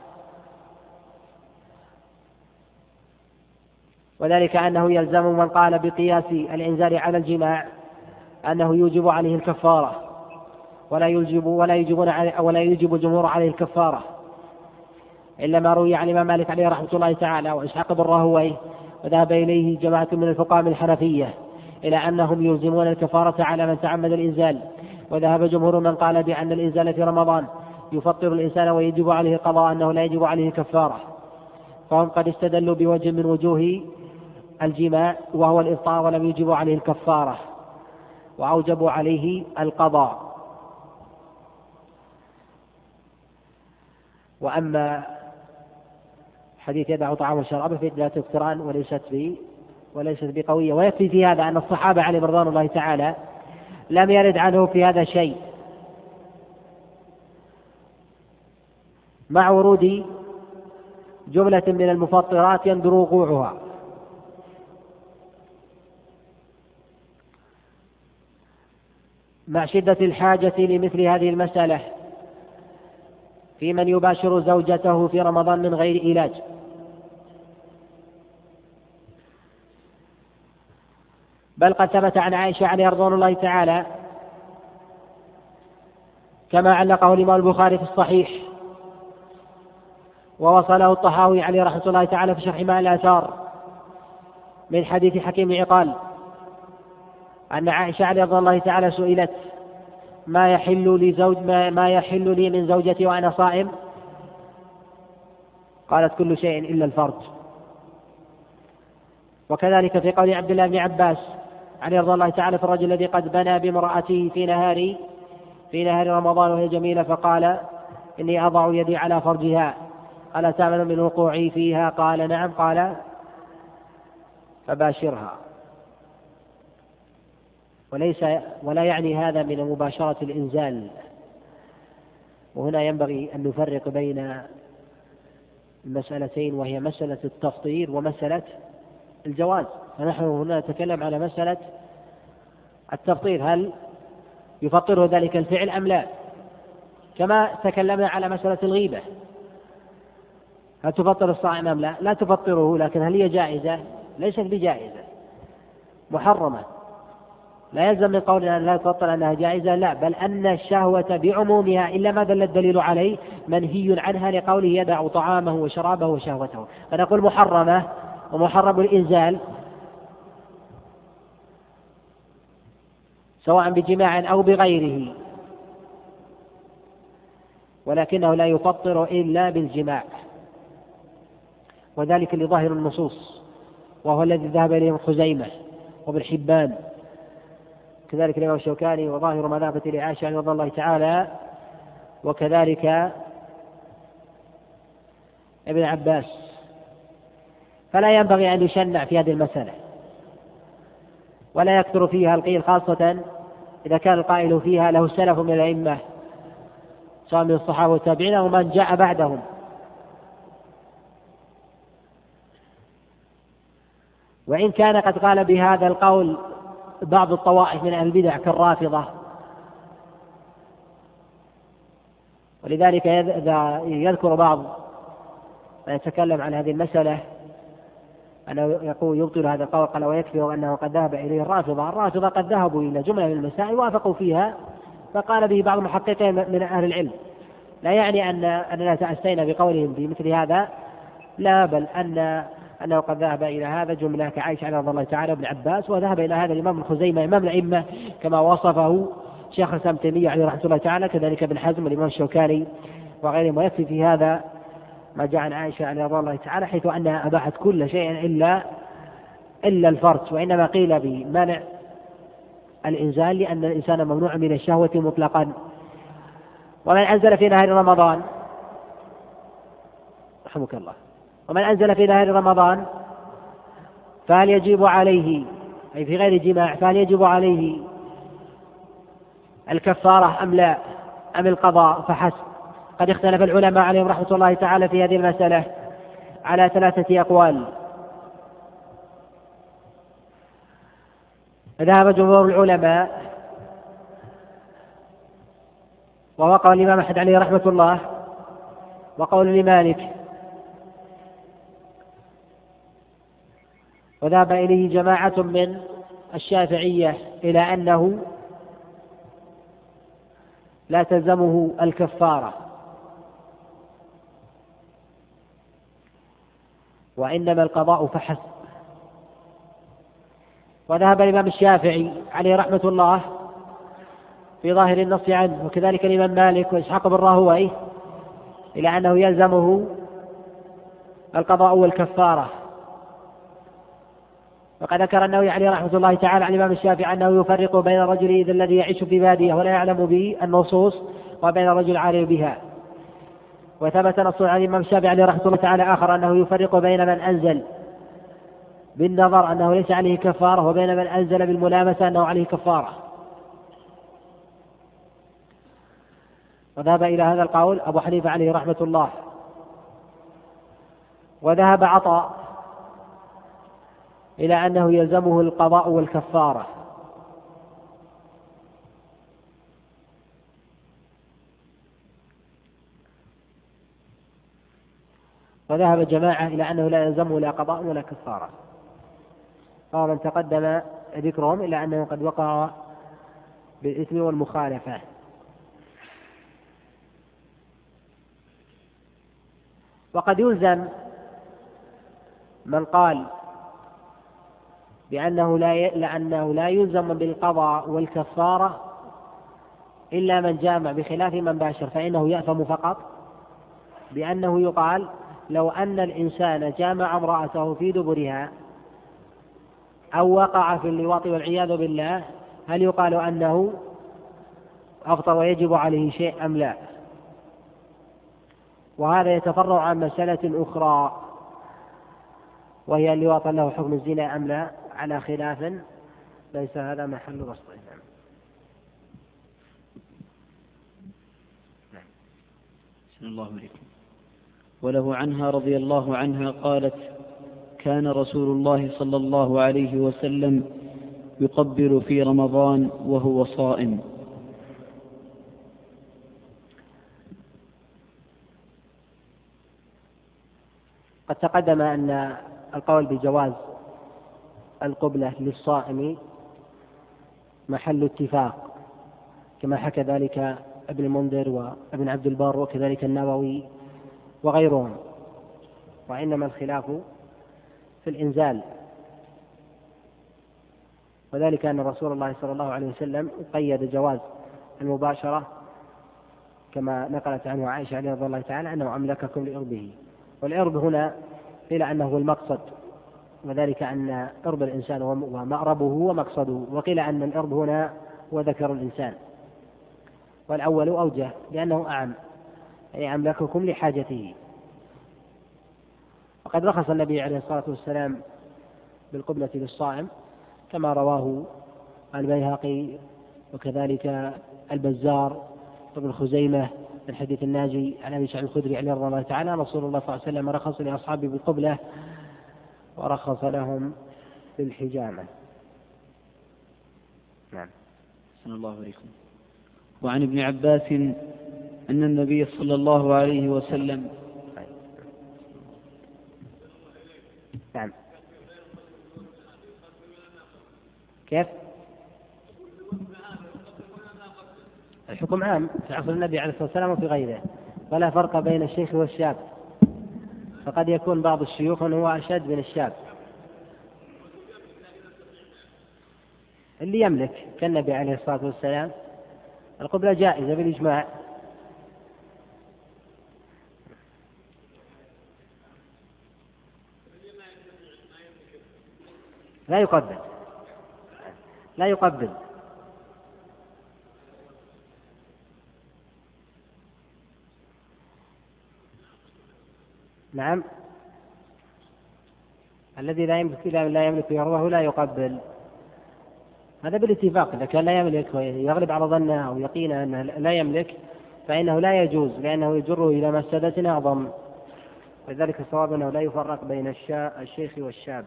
وذلك أنه يلزم من قال بقياس الإنزال على الجماع أنه يوجب عليه الكفارة، ولا يجب الجمهور عليه الكفارة، إلا ما روي عن الإمام مالك عليه رحمة الله تعالى وإسحاق بن راهويه، وذهب إليه جماعة من الفقهاء من الحنفية إلى أنهم يلزمون الكفارة على من تعمد الإنزال. وذهب جمهور من قال بأن الإنزال في رمضان يفطر الإنسان ويجب عليه القضاء أنه لا يجب عليه كفارة، فهم قد استدلوا بوجه من وجوه الجماع وهو الإفطار ولم يجب عليه الكفارة، وأوجبوا عليه القضاء. وأما حديث يدع طعام وشرابه في دلالة الاقتران وليست بقوية. ويكفي في هذا أن الصحابة عليهم رضوان الله تعالى لم يرد عنه في هذا شيء، مع ورود جملة من المفطرات يندر وقوعها. مع شدة الحاجة لمثل هذه المسألة في من يباشر زوجته في رمضان من غير علاج، بل قد ثبت عن عائشة عليه رضوان الله تعالى كما علقه الإمام البخاري في الصحيح ووصله الطحاوي عليه رحمة الله تعالى في شرح معاني الآثار من حديث حكيم بن عقال أن عائشة عليه رضوان الله تعالى سئلت ما يحل لي من زوجتي وأنا صائم؟ قالت كل شيء إلا الفرج. وكذلك في قول عبد الله بن عباس عليه رضي الله تعالى في الرجل الذي قد بنى بامرأته في نهار رمضان وهي جميلة فقال إني أضع يدي على فرجها، قال تأمن من وقوعي فيها؟ قال نعم، قال فباشرها. ولا يعني هذا من مباشرة الإنزال. وهنا ينبغي أن نفرق بين المسألتين، وهي مسألة التفطير ومسألة الجواز. فنحن هنا نتكلم على مسألة التفطير، هل يفطره ذلك الفعل أم لا؟ كما تكلمنا على مسألة الغيبة، هل تفطر الصائم أم لا؟ لا تفطره، لكن هل هي جائزة؟ ليست بجائزة، محرمة. لا يلزم من قولنا أن لا تفطر أنها جائزة، لا، بل أن الشهوة بعمومها إلا ما دل الدليل عليه منهي عنها لقوله يدع طعامه وشرابه وشهوته. فنقول محرمة ومحرم الإنزال سواء بجماع أو بغيره، ولكنه لا يفطر إلا بالجماع، وذلك لظاهر النصوص، وهو الذي ذهب إليه خزيمة وابن حبان، كذلك الإمام الشوكاني، وظاهر مذهبة لعائشة رضي الله تعالى، وكذلك ابن عباس. فلا ينبغي أن يشنع في هذه المسألة ولا يكثر فيها القيل، خاصة إذا كان القائل فيها له سلف من الأئمة سواء من الصحابة والتابعين أو من جاء بعدهم. وإن كان قد قال بهذا القول بعض الطوائف من أهل البدع كالرافضة، ولذلك يذكر بعض من يتكلم عن هذه المسألة أنه يقول يبطل هذا القول، قال ويكفي أنه قد ذهب إليه الرافضة قد ذهبوا إلى جملة من المسائل وافقوا فيها، فقال به بعض المحققين من أهل العلم. لا يعني أننا تأسينا بقولهم في مثل هذا، لا، بل أنه قد ذهب إلى هذا جملة كعائشة رضي الله تعالى وابن عباس، وذهب إلى هذا الإمام الخزيمة إمام الأئمة كما وصفه شيخ الإسلام ابن تيمية عليه رحمة الله تعالى، كذلك ابن حزم والإمام الشوكاني وغيرهم. ويكفي في هذا ما جاء عن عائشة عليه رضي الله تعالى حيث أنها أباحت كل شيء إلا الفرج، وإنما قيل بمنع الإنزال لأن الإنسان ممنوع من الشهوة مطلقا. ومن أنزل في نهار رمضان رحمك الله، ومن أنزل في نهار رمضان فهل يجب عليه، أي في غير جماع، فهل يجب عليه الكفارة أم لا، أم القضاء فحسب؟ قد اختلف العلماء عليهم رحمة الله تعالى في هذه المسألة على 3 أقوال. ذهب جمهور العلماء، وهو قول الإمام أحمد عليه رحمة الله وقول لمالك، وذهب إليه جماعة من الشافعية إلى أنه لا تلزمه الكفارة، وإنما القضاء فحسب. وذهب الإمام الشافعي عليه رحمة الله في ظاهر النص عنه، وكذلك الإمام مالك وإسحاق بن راهويه، إلى أنه يلزمه القضاء والكفارة. وقد ذكر النووي عليه رحمة الله تعالى عن الإمام الشافعي أنه يفرق بين الرجل الذي يعيش في بادية ولا يعلم به النصوص وبين الرجل العالم بها. وثبت نص عن الإمام الشافعي عليه رحمة الله تعالى آخر أنه يفرق بين من أنزل بالنظر أنه ليس عليه كفارة وبين من أنزل بالملامسة أنه عليه كفارة. وذهب إلى هذا القول أبو حنيفة عليه رحمة الله. وذهب عطاء إلى أنه يلزمه القضاء والكفارة. وذهب جماعة إلى أنه لا يلزمه لا قضاء ولا كفارة. ومن تقدم ذكرهم إلى أنه قد وقع بالإثم والمخالفة. وقد يلزم من قال بأنه لا يلزم بالقضاء والكفارة إلا من جامع، بخلاف من باشر فإنه يأثم فقط، بأنه يقال لو أن الإنسان جامع امرأته في دبرها أو وقع في اللواط والعياذ بالله، هل يقال أنه أفطر ويجب عليه شيء أم لا؟ وهذا يتفرع عن مسألة أخرى، وهي اللواط له حكم الزنا أم لا، على خلاف ليس هذا محل بسطه. أحسن الله عليكم. وله عنها رضي الله عنها قالت: كان رسول الله صلى الله عليه وسلم يقبل في رمضان وهو صائم. قد تقدم أن القول بجواز القبلة للصائم محل اتفاق، كما حكى ذلك ابن المنذر وابن عبد البر وكذلك النووي وغيرهم. وإنما الخلاف في الإنزال، وذلك أن رسول الله صلى الله عليه وسلم قيد جواز المباشرة كما نقلت عنه عائشة رضي الله تعالى أنه أملككم لإربه. والإرب هنا قيل أنه هو المقصد، وذلك أن إرب الإنسان ومأربه هو مقصده، وقيل أن الإرب هنا هو ذكر الإنسان، والأول أوجه لأنه أعم، يعني أملككم لحاجته. وقد رخص النبي عليه الصلاة والسلام بالقبلة للصائم كما رواه البيهقي وكذلك البزار وابن خزيمة من حديث الناجي عن أبي سعيد الخدري عليه رضي الله تعالى: رسول الله صلى الله عليه وسلم رخص لأصحابه بالقبلة ورخص لهم بالحجامة. نعم. أحسن الله عليكم. وعن ابن عباس أن النبي صلى الله عليه وسلم نعم. كيف؟ الحكم عام في عصر النبي عليه الصلاة والسلام وفي غيره، ولا فرق بين الشيخ والشاب، فقد يكون بعض الشيوخ هو أشد من الشاب اللي يملك كالنبي عليه الصلاة والسلام القبلة جائزة بالإجماع. لا يقبل، لا يقبل. نعم، الذي لا يملك يروه لا يقبل، هذا بالاتفاق. إذا كان لا يملك ويغلب على ظنه أو يقينه أنه لا يملك فإنه لا يجوز، لأنه يجره إلى مفسدة أعظم. ولذلك الصواب أنه لا يفرق بين الشيخ والشاب.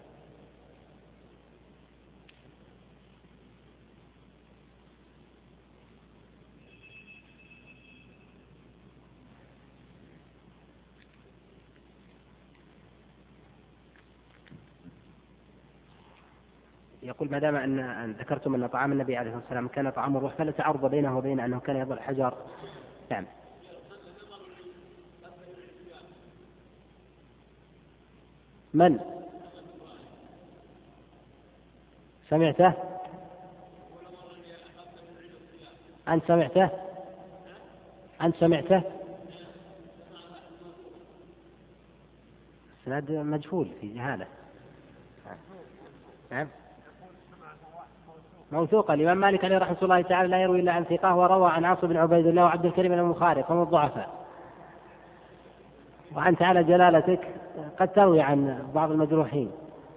يقول: ما دام أن ذكرتم أن طعام النبي عليه الصلاة والسلام كان طعام الروح، فلا تعارض بينه وبين أنه كان يضع الحجر. نعم. من سمعته؟ أنت سمعته؟ أنت سمعته؟ سند مجهول في جهالة. نعم. موثوقة. الإمام مالك عليه رحمة الله تعالى لا يروي إلا عن ثقة، وروى عن عاصم بن عبيد الله وعبد الكريم بن المخارق وهم الضعفاء. وأنت على جلالتك قد تروي عن بعض المجروحين.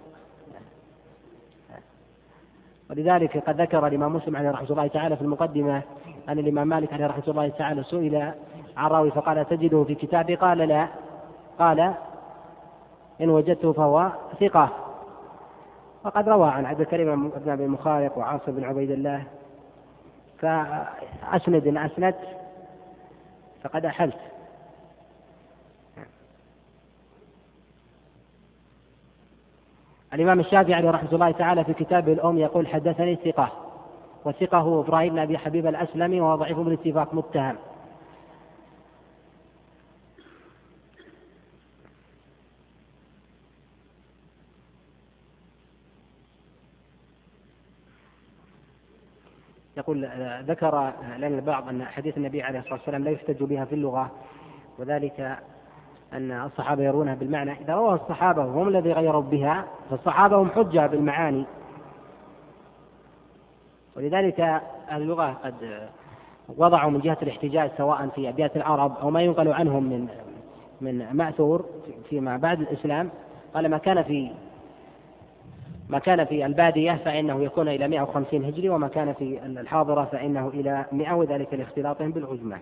ولذلك قد ذكر الإمام مسلم عليه رحمة الله تعالى في المقدمة أن الإمام مالك عليه رحمة الله تعالى سئل عن راوي فقال: تجده في كتابي؟ قال: لا. قال: إن وجدته فهو ثقة. وقد روى عن عبد الكريم بن أبي المخارق وعاصم بن عبيد الله، فأسند إن أسند فقد أحلت. الإمام الشافعي عليه رحمة الله تعالى في كتابه الأم يقول: حدثني ثقة، والثقة هو إبراهيم بن أبي حبيب الأسلمي، وهو ضعيف بالاتفاق متهم. يقول: ذكر لنا البعض أن حديث النبي عليه الصلاة والسلام لا يحتج بها في اللغة، وذلك أن الصحابة يرونها بالمعنى. إذا روى الصحابة هم الذي غيروا بها فالصحابة هم حجة بالمعاني. ولذلك أهل اللغة قد وضعوا من جهة الاحتجاج سواء في أبيات العرب أو ما ينقل عنهم من مأثور فيما بعد الإسلام، قال: ما كان في البادية فإنه يكون إلى 150 هجري، وما كان في الحاضرة فإنه إلى 100، وذلك لاختلاطهم بالعجمة.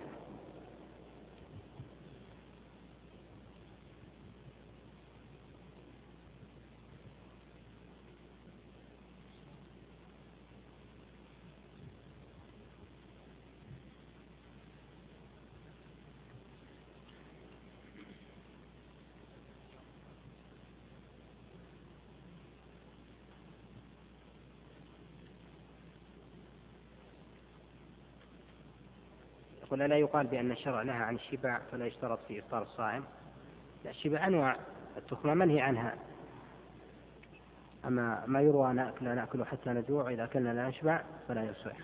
ولا يقال بأن الشرع نهى عن الشبع فلا يشترط في إفطار الصائم. لا، الشبع أنواع، التخمة منهي عنها. أما ما يروى نأكل حتى نجوع، إذا كنا لا نشبع فلا يصح.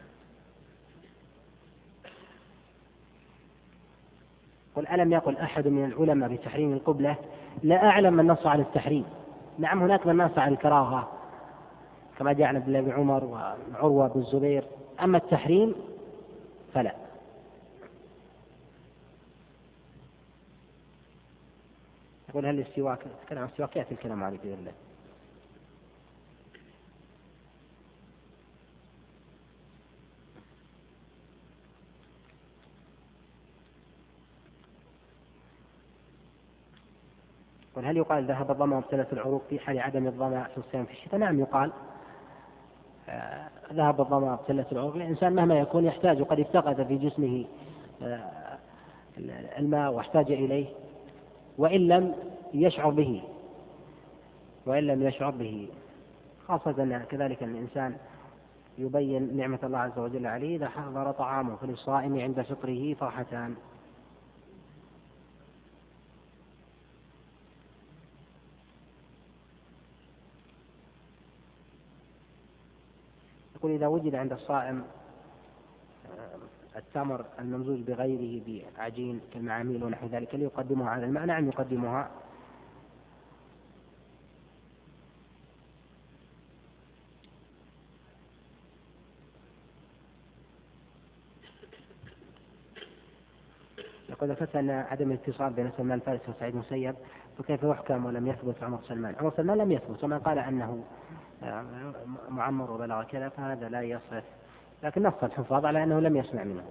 قل: ألم يقل أحد من العلماء بتحريم القبلة؟ لا أعلم من نص على التحريم. نعم، هناك من نص على الكراهة كما جاء عن عبد الله بن عمر وعروة بن الزبير، أما التحريم فلا. يقول: هل السواك؟ كلام السواك يأتي الكلام عليه بإذن الله. يقول: هل يقال ذهب الظمأ وابتلت العروق في حال عدم الظمأ في الصيام في الشتاء؟ نعم يقال ذهب الظمأ وابتلت العروق. الإنسان مهما يكون يحتاج، وقد افتقد في جسمه الماء واحتاج إليه وإن لم يشعر به، خاصة كذلك أن الإنسان يبين نعمة الله عز وجل عليه: إذا حضر طعامه فللصائم عند فطره فرحتان. يقول: إذا وجد عند الصائم التمر الممزوج بغيره بعجين كالمعاميل ونحو ذلك ليقدمها على الماء، نعم يقدمها. يقول ذكرت أن عدم الاتصال بين سلمان الفارسي وسعيد المسيب، فكيف يحكم ولم يثبت عمر سلمان؟ عمر سلمان لم يثبت، ومن قال أنه معمر وبلغ كذا فهذا لا يصح، لكن نص الحفاظ على أنه لم يسمع منه.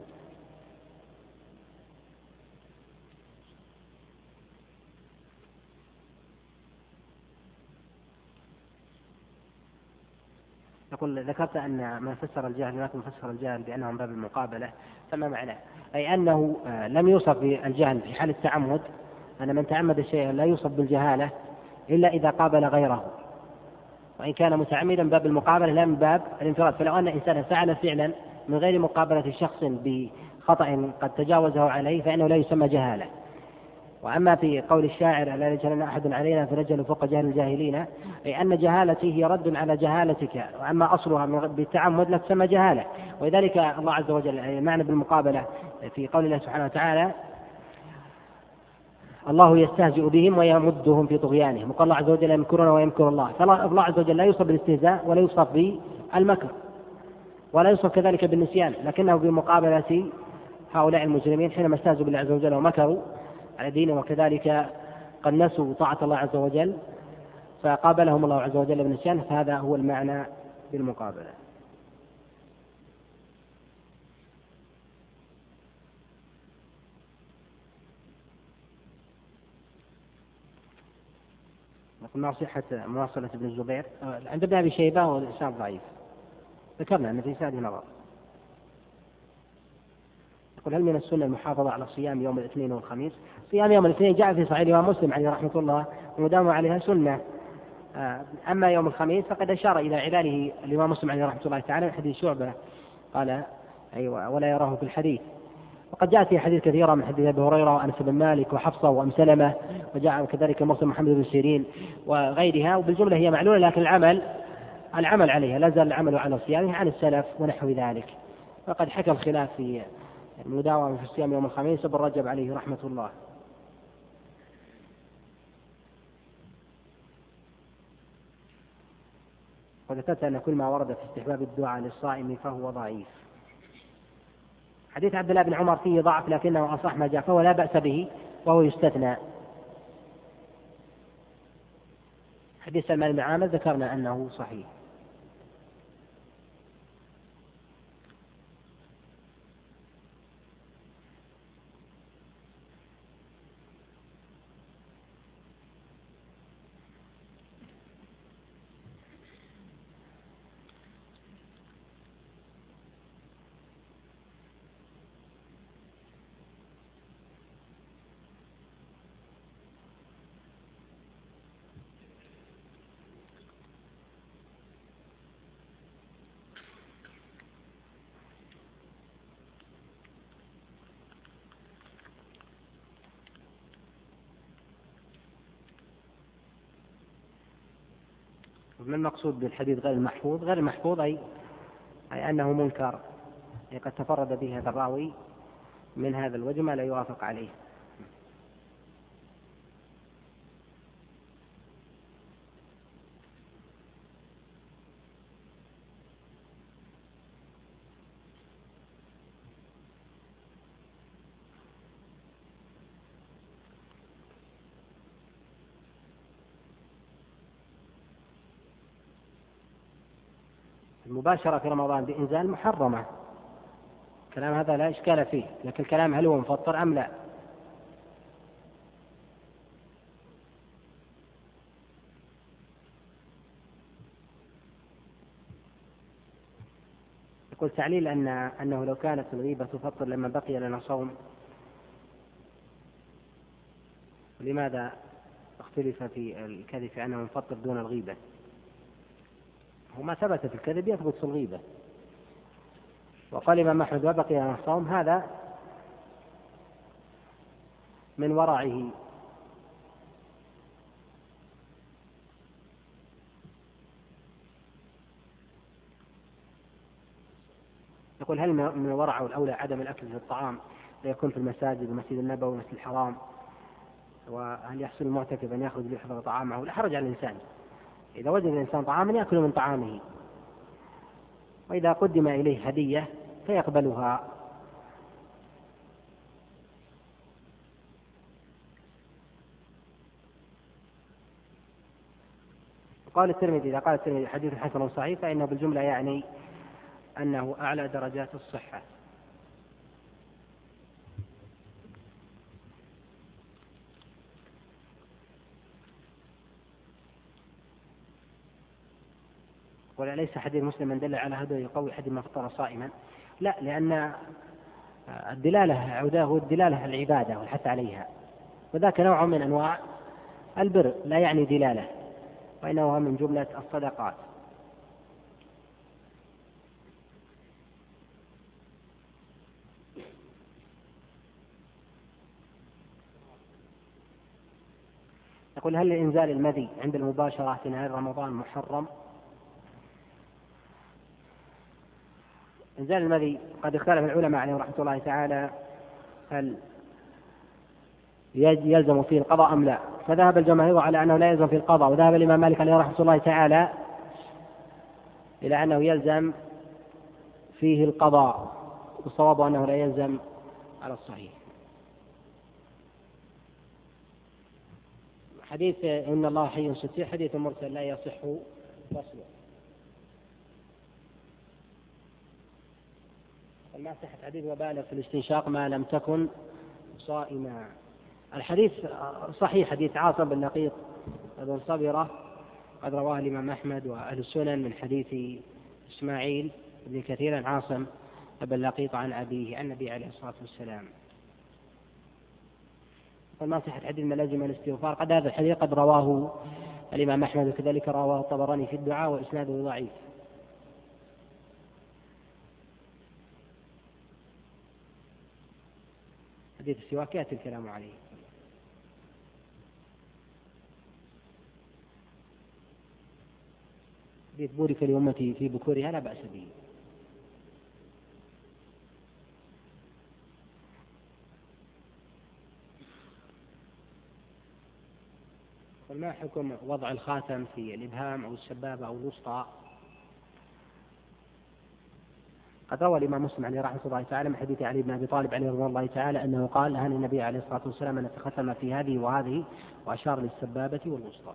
يقول ذكرت أن من فسر الجهل لكن فسر الجهل بأنه من باب المقابلة، فما معناه؟ أي أنه لم يوصف بالجهل في حال التعمد، أن من تعمد الشيء لا يوصف بالجهالة إلا إذا قابل غيره، وإن كان متعمدا من باب المقابلة لا من باب الانفراد. فلو أن إنسانا فعل فعلا من غير مقابلة شخص بخطأ قد تجاوزه عليه فإنه لا يسمى جهالة. وأما في قول الشاعر لا يجهلن أحد علينا فنجهل فوق جهل الجاهلين، أي أن جهالتي هي رد على جهالتك، وأما أصلها بالتعمد لا تسمى جهالة. ولذلك الله عز وجل معنى بالمقابلة في قول الله سبحانه وتعالى الله يستهزئ بهم ويمدهم في طغيانهم، وقال الله عز وجل يمكرون ويمكر الله. فالله عز وجل لا يوصف بالاستهزاء ولا يوصف بالمكر ولا يوصف كذلك بالنسيان، لكنه بمقابلة هؤلاء المجرمين حينما استهزئوا بالله عز وجل ومكروا على دينه، وكذلك قد نسوا طاعة الله عز وجل فقابلهم الله عز وجل بالنسيان، فهذا هو المعنى بالمقابلة. نقول صحة مواصلة ابن الزبير عند ابن أبي شيبة والإسناد ضعيف، ذكرنا أن في إسناده نظر. يقول هل من السنة المحافظة على صيام يوم الاثنين والخميس؟ صيام يوم الاثنين جاء في صحيح الإمام مسلم عليه رحمة الله ومداومة عليها سنة. أما يوم الخميس فقد أشار إلى علاله الإمام مسلم عليه رحمة الله تعالى من حديث شعبة قال أيوة ولا يراه في الحديث. وقد جاءت في حديث كثيرة من حديث أبي هريرة وأنس بن مالك وحفصة وأم سلمة، وجاء كذلك مرسل محمد بن سيرين وغيرها، وبالجملة هي معلولة لكن العمل عليها لا زال العمل على صيامها عن السلف ونحو ذلك. وقد حكى الخلاف في المداومة في الصيام يوم الخميس ابن رجب عليه رحمة الله. وذكرت أن كل ما ورد في استحباب الدعاء للصائم فهو ضعيف. حديث عبد الله بن عمر فيه ضعف لكنه أصح ما جاء فهو لا بأس به وهو يستثنى. حديث سلمان بن عامر ذكرنا أنه صحيح. ما المقصود بالحديث غير المحفوظ؟ غير المحفوظ أي أنه منكر، قد تفرد به هذا الراوي من هذا الوجه ما لا يوافق عليه. المباشرة في رمضان بإنزال محرمة، الكلام هذا لا إشكال فيه، لكن الكلام هل هو مفطر أم لا؟ يقول تعليل أنه لو كانت الغيبة تفطر لما بقي لنا صوم، لماذا اختلف في الكذب في أنه مفطر دون الغيبة؟ وما ثبت في الكذب يثبت في الغيبة. وقال الإمام أحمد وبقي لنا صوم، هذا من ورعه. يقول هل من الورع والأولى عدم الأكل في الطعام ليكون في المساجد والمسجد النبوي والمسجد الحرام؟ وهل يحصل المعتكف أن يخرج ليحضر طعامه؟ لا حرج على الإنسان، إذا وجد الإنسان طعاما يأكل من طعامه، وإذا قدم إليه هدية فيقبلها. قال الترمذي إذا قال الترمذي حديث حسن صحيح فإنه بالجملة يعني أنه أعلى درجات الصحة. وليس حديث مسلم من دل على هذا يقوي حديث من فطر صائما، لا، لأن الدلالة عوداه هو الدلالة العبادة والحث عليها، وذاك نوع من أنواع البر لا يعني دلالة، وإنه من جملة الصدقات. يقول هل إنزال المذي عند المباشرة في نهار رمضان محرم؟ إنزال المذي قد اختلف العلماء عليهم رحمة الله تعالى هل يلزم فيه القضاء أم لا، فذهب الجماهير على أنه لا يلزم فيه القضاء، وذهب الإمام مالك عليه رحمة الله تعالى إلى أنه يلزم فيه القضاء، والصواب أنه لا يلزم على الصحيح. حديث إن الله حي ستير حديث مرسل لا يصح فصله، ما صحة حديث وبالغ في الاستنشاق ما لم تكن صائما. الحديث صحيح، حديث عاصم بن لقيط بن صبرة قد رواه الإمام أحمد وأهل السنن من حديث إسماعيل بن كثير عن عاصم بن لقيط عن أبيه عن النبي عليه الصلاة والسلام. وما صحة حديث ما لزم الاستغفار، قد هذا الحديث قد رواه الإمام أحمد وكذلك رواه الطبراني في الدعاء وإسناده ضعيف. حديث السواك يأتي الكلام عليه. حديث بورك لأمتي في بكورها لا بأس به. ما حكم وضع الخاتم في الإبهام أو السبابة أو الوسطى؟ قد روى الإمام مسلم عليه رحمة الله تعالى من حديث علي بن أبي طالب عليه رضي الله تعالى أنه قال نهى النبي عليه الصلاة والسلام أن نتختم في هذه وهذه، وأشار للسبابة والوسطى.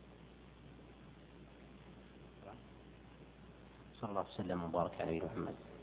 صلى الله وسلم وبارك على نبينا محمد.